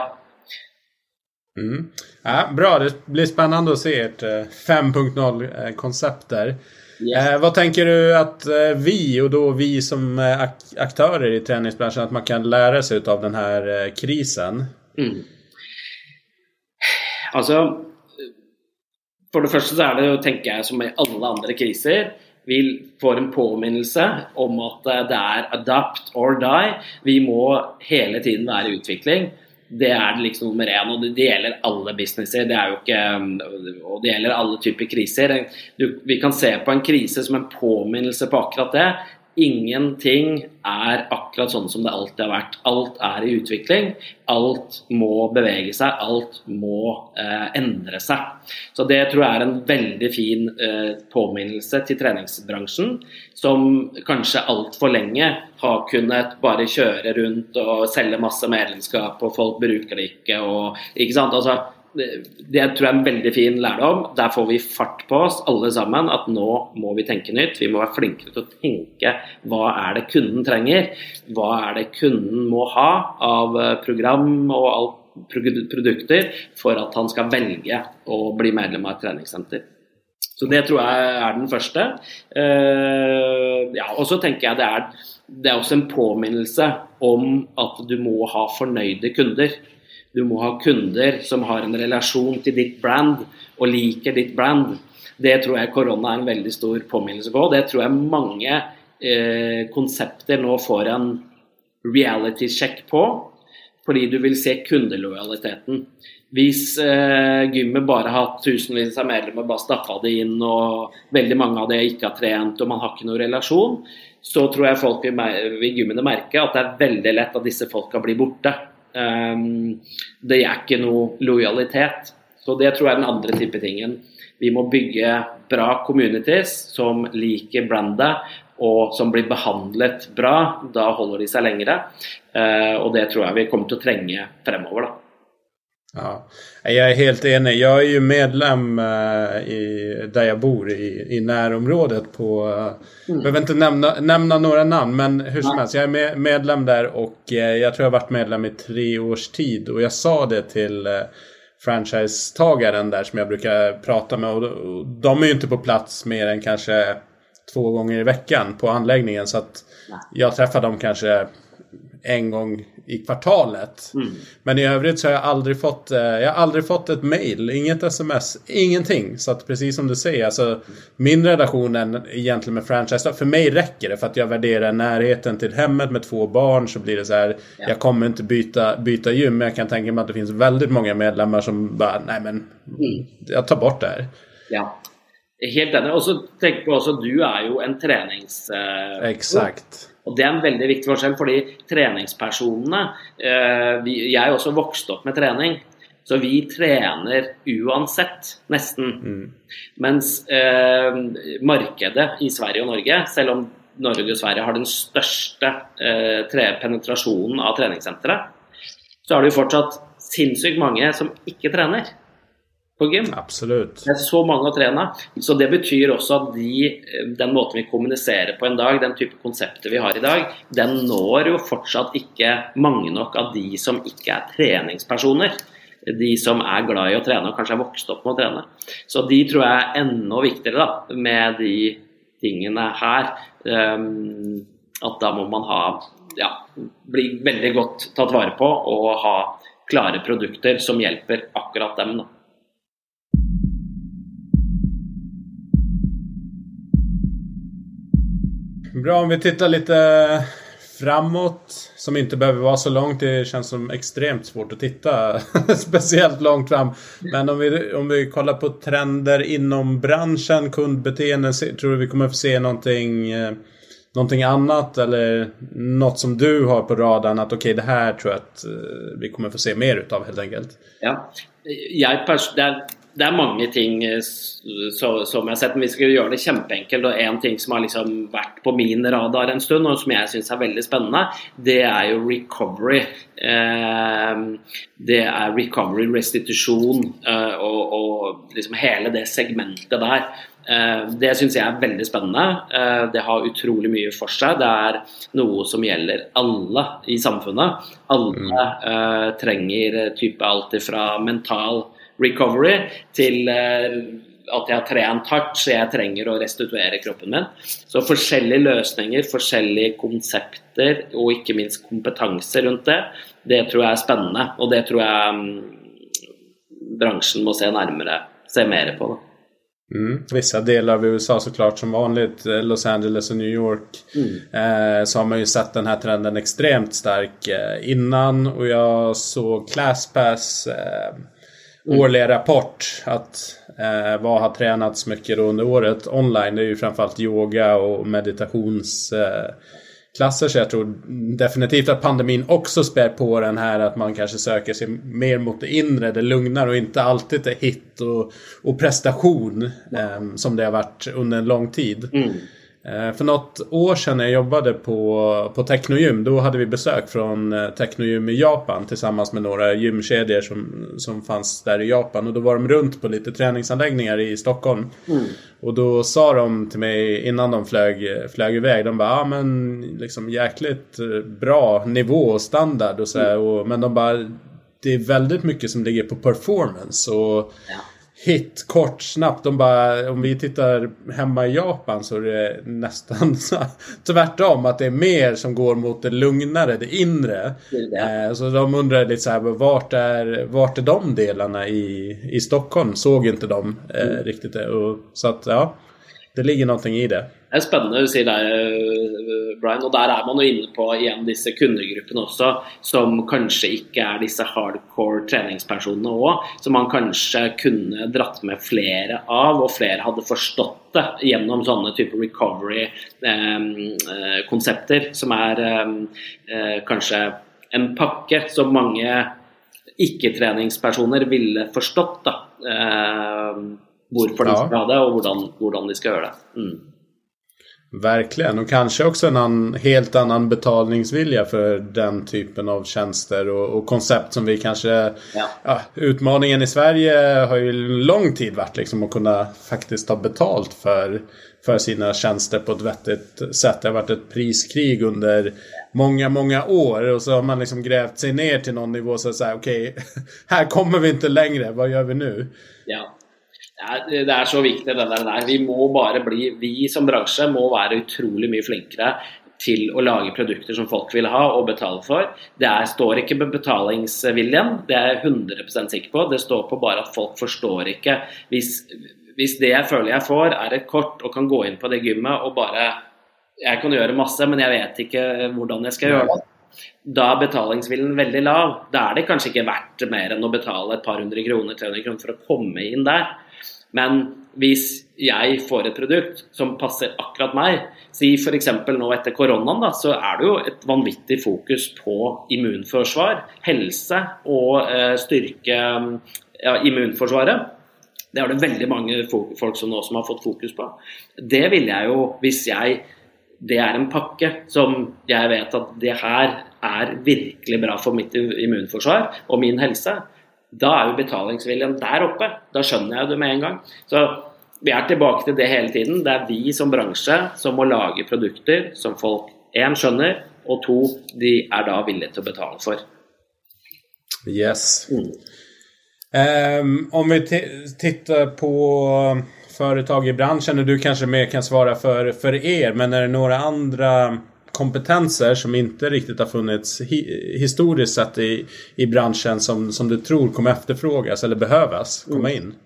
Ja, bra, det blir spännande att se ert 5.0-koncept där. Vad tänker du att vi, och då vi som aktörer i träningsbranschen, att man kan lära sig av den här krisen? Alltså, för det första så det att tänka som i alla andra kriser, vi får en påminnelse om att det adapt or die. Vi må hele tiden være i utvikling. Det det liksom nummer 1, og det gjelder alle businesser, det jo ikke, og det gjelder alle typer kriser. Vi kan se på en krise som en påminnelse på akkurat det. Ingenting akkurat sånn som det alltid har vært. Alt i utvikling, alt må bevege seg, alt må endre seg. Så det tror jeg en veldig fin påminnelse til treningsbransjen, som kanskje alt for lenge har kunnet bare kjøre rundt og selge masse medlemskap, og folk bruker det ikke, og ikke sant, altså det tror jeg en veldig fin lærdom. Der får vi fart på oss alle sammen, at nå må vi tenke nytt. Vi må være flinkere til å tenke hva det kunden trenger, hva det kunden må ha av program og alt produkter for at han skal velge å bli medlem av et treningssenter. Så det tror jeg den første. Ja, og så tenker jeg det er også en påminnelse om at du må ha fornøyde kunder. Du må ha kunder som har en relasjon til ditt brand og liker ditt brand. Det tror jeg korona en veldig stor påminnelse på. Det tror jeg mange konsepter nå får en reality check på, fordi du vil se kundelojaliteten. Hvis gymmet bare har hatt tusenvis av medlemmer, bare stappet det inn, og veldig mange av det ikke har trent, og man har ikke noen relasjon, så tror jeg folk vil gymmene merke at det er veldig lett at disse folka blir borte. Det er ikke noe lojalitet. Så det tror jeg er den andre type tingen. Vi må bygge bra communities som liker brandet, og som blir behandlet bra. Da holder de seg lengre. Och det tror jag vi kommer att tränga fremover då. Ja, jag är helt enig. Jag är ju medlem där jag bor i närområdet på jag behöver inte nämna några namn, men hur som helst, jag är medlem där, och jag tror jag har varit medlem i 3 års tid, och jag sa det till franchisetagaren där som jag brukar prata med, och de är ju inte på plats mer än kanske 2 gånger i veckan på anläggningen, så att jag träffar dem kanske 1 gång i kvartalet. Men i övrigt så har jag aldrig fått ett mail, inget sms, ingenting. Så att precis som du säger, alltså min relation egentligen med franchise, för mig räcker det, för att jag värderar närheten till hemmet med 2 barn, så blir det så här, jag kommer inte byta gym, men jag kan tänka mig att det finns väldigt många medlemmar som bara, nej men jag tar bort det här. Ja. Helt enig. Og så tenk på også, du er jo en trenings... Exakt. Og det er en veldig viktig forskjell, fordi treningspersonene, jeg er også vokst opp med trening, så vi trener uansett, nesten. Mens markedet i Sverige og Norge, selv om Norge og Sverige har den største penetrasjonen av treningssentre, så har det jo fortsatt sinnssykt mange som ikke trener på gym. Absolut. Det är så många att träna. Så det betyder också att den måten vi kommunicerar på en dag, den type koncepter vi har idag, den når jo fortsatt ikke mange nok av de som ikke er treningspersoner. De som er glad i å trene og kanskje er vokst opp med å trene. Så de tror jeg er enda viktigere da, med de tingene her. At da må man bli veldig godt tatt vare på og ha klare produkter som hjelper akkurat dem da. Bra, om vi tittar lite framåt, som inte behöver vara så långt. Det känns som extremt svårt att titta speciellt långt fram. Men om vi kollar på trender inom branschen, kundbeteende, tror du vi kommer få se någonting annat, eller något som du har på radarn att okej, det här tror jag att vi kommer få se mer utav helt enkelt? Ja, det är många ting som jag sett, men vi ska göra det kjempeenkelt, och en ting som har liksom varit på min radar en stund och som jag syns är väldigt spännande, det är ju recovery. Det är recovery, restitution och liksom hela det segmentet där. Det syns jag är väldigt spännande. Det har utroligt mycket för sig. Det är något som gäller alla i samfunnet. Alla tränger typ allt ifrån mental recovery till att jag har tränat hårt så jag tränger att restituera kroppen min. Så forskjellige løsninger, forskjellige konsepter och inte minst kompetanser runt det tror jag är spännande, och det tror jag branschen må se mer på. Vissa delar av USA såklart, som vanligt Los Angeles och New York, så har man ju sett den här trenden extremt stark innan, och jag såg ClassPass årliga rapport att vad har tränats mycket under året online. Det är ju framförallt yoga och meditationsklasser, så jag tror definitivt att pandemin också spär på den här, att man kanske söker sig mer mot det inre, det lugnar, och inte alltid till hit och prestation som det har varit under en lång tid. För något år sedan när jag jobbade på Technogym, då hade vi besök från Technogym i Japan tillsammans med några gymkedjor som fanns där i Japan, och då var de runt på lite träningsanläggningar i Stockholm. Och då sa de till mig innan de flög iväg, de bara, men liksom jäkligt bra nivå och standard och så här, men de bara, det är väldigt mycket som ligger på performance och hit, kort, snabbt. Om vi tittar hemma i Japan så är det nästan tvärtom. Att det är mer som går mot det lugnare, det inre. Så de undrar lite så här, vart är de delarna i Stockholm? Såg inte de riktigt det. Och, så att det ligger någonting i det. Det är spännande att säga det, Brian, och där är man ju inne på igen dessa kundgrupperna också som kanske inte är dessa hardcore träningspersonerna också, som man kanske kunde dratt med flera av och fler hade förstått det genom sådana typer recovery koncepter som är kanske en packe som många icke-träningspersoner ville förstått då, varför de ska ha det och hur de ska göra det. Verkligen, och kanske också en helt annan betalningsvilja för den typen av tjänster och koncept som vi kanske utmaningen i Sverige har ju lång tid varit liksom att kunna faktiskt ta betalt för sina tjänster på ett vettigt sätt. Det har varit ett priskrig under många år och så har man liksom grävt sig ner till någon nivå så att säga okej, här kommer vi inte längre, vad gör vi nu? Ja. Det är så viktigt det där. Vi som bransch må vara otroligt mycket flinkare till att laga produkter som folk vill ha och betala för. Det står inte på betalingsviljan, det är 100% säker på. Det står på bara att folk förstår inte. Hvis det jag följer jag får är ett kort och kan gå in på det gymmet och bara jag kan göra massa men jag vet inte hur jag ska göra det. Då är betalingsviljan väldigt lav. Då är det kanske inte värt mer än att betala ett par 300 kronor för att komma in där. Men hvis jag får ett produkt som passar akkurat mig, si för exempel nu efter coronan då, så är det ju ett vanvittigt fokus på immunförsvar, hälsa och styrka immunförsvaret. Det är det väldigt många folk som har fått fokus på. Det vill jag ju, hvis det är en packe som jag vet att det här är verkligen bra för mitt immunförsvar och min hälsa. Då är ju betalingsviljan där uppe. Då skönner jag det med en gång. Så vi är tillbaka till det hela tiden. Det är vi som bransch som må lage produkter som folk skönner och de är då villiga att betala för. Yes. Om vi tittar på företag i branschen och du kanske mer kan svara för er, men är det några andra kompetenser som inte riktigt har funnits historiskt sett i branschen som du tror kommer efterfrågas eller behövas komma in?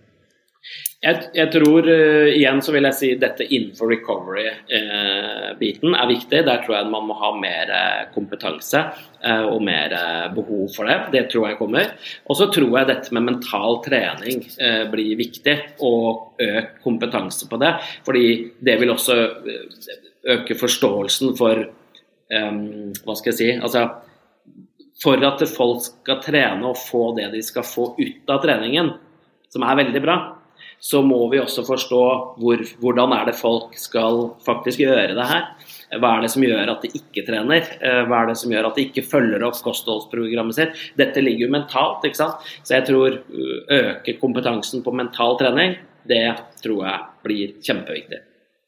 Jag tror igen så vill jag säga detta inför recovery biten är viktigt. Där tror jag att man måste ha mer kompetens och mer behov för det. Det tror jag kommer. Och så tror jag detta med mental träning blir viktigt och öka kompetensen på det. För det vill också öka förståelsen för vad ska jag säga, alltså för att folk ska träna och få det de ska få ut av träningen som är väldigt bra, så må vi också förstå hvordan är det folk ska faktiskt göra det här. Vad är det som gör att de inte tränar? Vad är det som gör att de inte följer upp kostholdsprogrammet sitt? Detta ligger ju mentalt, inte sant? Så jag tror öka kompetensen på mental träning, det tror jag blir jätteviktigt.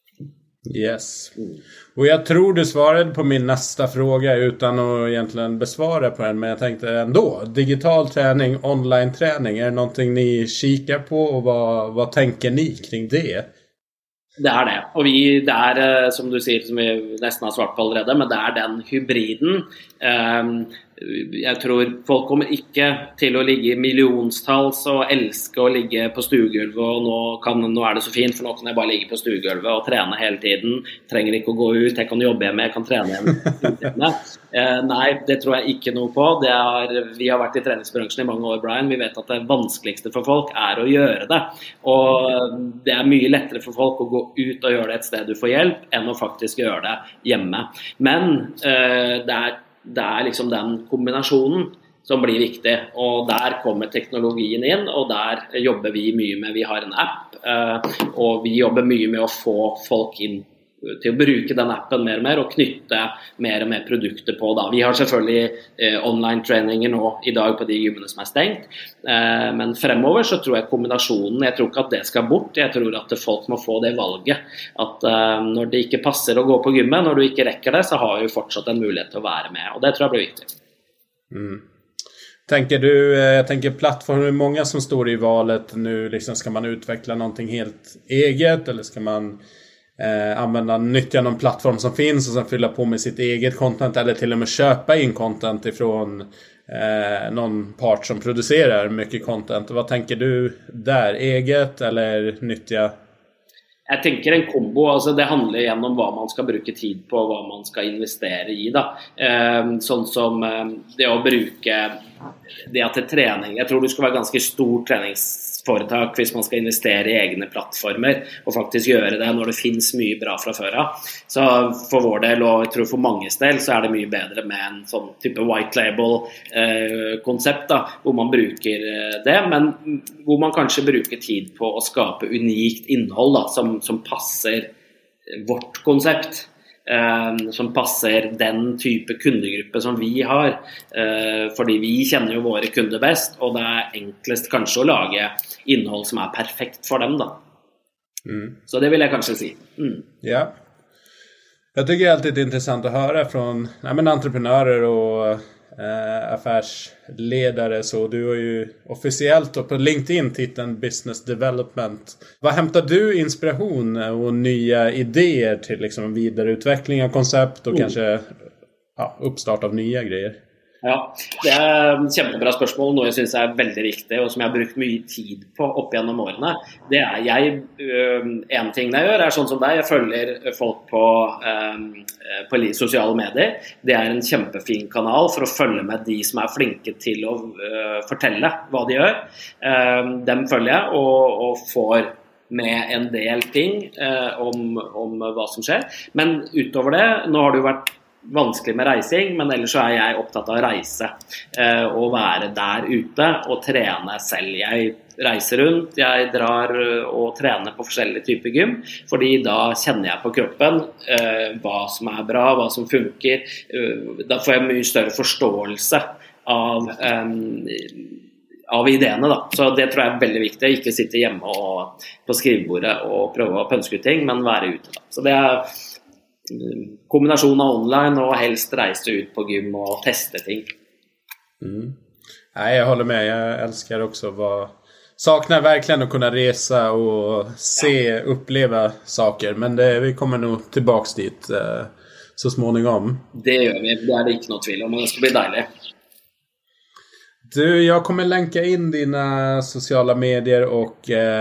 Yes. Och jag tror du svarade på min nästa fråga utan att egentligen besvara på den, men jag tänkte ändå, digital träning, online träning, är det någonting ni kikar på och vad tänker ni kring det? Det är det, och det är som du säger, som vi nästan har svart på allerede, men det är den hybriden. Jag tror folk kommer inte till att ligga i miljonstals och älska att ligga på stuegulvet och nu är det så fint för nu kan jag bara ligga på stuegulvet och träna hela tiden. Tränger inte att gå ut, jag kan jobba hemma, jag kan träna hemma. Nej, det tror jag inte nog på. Vi har varit i träningsbranschen i många år, Brian. Vi vet att det vanskligaste för folk är att göra det. Och det är mycket lättare för folk att gå ut och göra det ett ställe du får hjälp än att faktiskt göra det hemma. Men det är liksom den kombinationen som blir viktig, och där kommer teknologin in, och där jobbar vi mycket med. Vi har en app och vi jobbar mycket med att få folk in till att bruka den appen mer och mer och knyta mer och mer produkter på då. Vi har selvfølgelig online träningen nå idag på de gymmene som är stängt, men fremover så tror jag kombinationen, jag tror inte att det ska bort. Jag tror att folk må få det valget att när det inte passar att gå på gymmet, när du inte räcker det, så har ju fortsatt en möjlighet att vara med, och det tror jag blir viktigt. Tänker du, jag tänker plattform, är många som står i valet nu, liksom, ska man utveckla någonting helt eget eller ska man nyttja någon plattform som finns och sen fylla på med sitt eget content eller till och med köpa in content ifrån någon part som producerar mycket content. Vad tänker du där? Eget eller nyttja? Jeg tenker en kombo, altså det handler igjen om hva man skal bruke tid på, hva man skal investere i da. Sånn som det å bruke det til trening. Jeg tror du skal være ganske stor treningsforetak hvis man skal investere i egne plattformer og faktisk gjøre det når det finnes mye bra fra før av. Så for vår del, og jeg tror for manges del, så er det mye bedre med en sånn type white label-konsept da, hvor man bruker det, men hvor man kanskje bruker tid på å skape unikt innhold da, som passer vårt konsept. Som passer den type kundegruppe som vi har, fordi vi kjenner jo våre kunder best, og det er enklest kanskje å lage innhold som er perfekt for dem da. Så det vill jag kanske si. Ja. Jag tycker det är alltid intressant att höra från entreprenörer och affärsledare. Så du har ju officiellt på LinkedIn titeln Business Development. Vad hämtar du inspiration och nya idéer till liksom vidareutveckling av koncept och kanske uppstart av nya grejer? Ja, det er et kjempebra spørsmål, noe jeg synes er veldig viktig, og som jeg har brukt mye tid på opp gjennom årene. Det er en ting jeg gjør, er sånn som deg, jeg følger folk på sosiale medier. Det er en kjempefin kanal for å følge med de som er flinke til å fortelle hva de gjør. Dem følger jeg og får med en del ting om hva som skjer. Men utover det, nå har det jo vært vanskelig med reising, men ellers så er jeg opptatt av å reise og være der ute og trene selv. Jeg reiser rundt, jeg drar og trener på forskjellige typer gym, fordi da kjenner jeg på kroppen hva som er bra, hva som funker. Da får jeg mye større forståelse av ideene da. Så det tror jeg er veldig viktig, ikke sitte hjemme og på skrivebordet og prøve å pønske ut ting, men være ute da. Så det er kombination av online och helst resa ut på gym och testa ting. Nej, jag håller med. Jag älskar också saknar verkligen att kunna resa och se, uppleva saker. Men vi kommer nog tillbaks dit så småningom. Det gör vi. Det är det inte något tvivel om. Det ska bli dejligt. Du, jag kommer länka in dina sociala medier och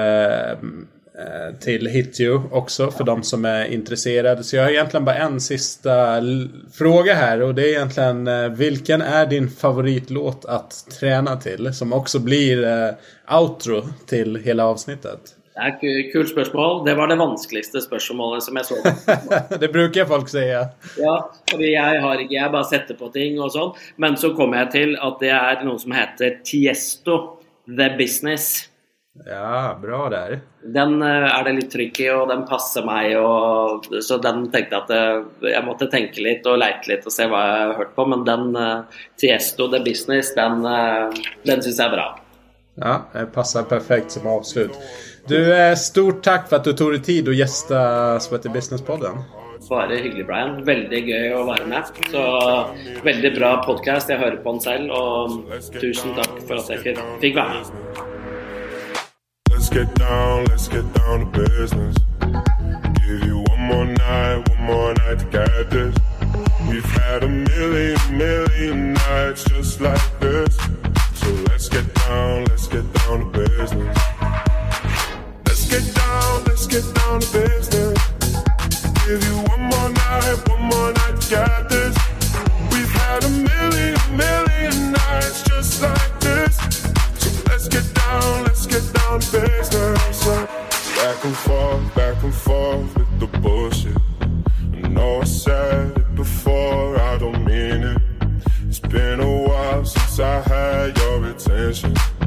till Hitio också för de som är intresserade. Så jag har egentligen bara en sista fråga här, och det är egentligen vilken är din favoritlåt att träna till som också blir outro till hela avsnittet? Det är ett kul spørsmål. Det var det vanskeligste spørsmålet som jag såg. Det brukar folk säga. Ja, för jag bara sätter på ting och sånt. Men så kommer jag till att det är någon som heter Tiesto, The Business. Ja, bra där. Den är det lite tricky och den passar mig, och så den tänkte att jag måste tänka lite och leta lite och se vad jag har hört på, men den Tiesto The Business, den syns jag är bra. Ja, det passar perfekt som avslut. Du, stort tack för att du tog dig tid att gästa Sweaty Business-podden. Bare hyggelig, Brian. Veldig gøy å være med. Så veldig bra podcast. Jeg hører på den selv, og tusen takk for at jeg fikk være med. Let's get down to business. Give you one more night to get this. We've had a million nights just like this. So let's get down to business. Let's get down to business. Give you one more night to get this. We've had a million nights just like this. So let's get down to business. Back and forth with the bullshit. I know I said it before, I don't mean it. It's been a while since I had your attention.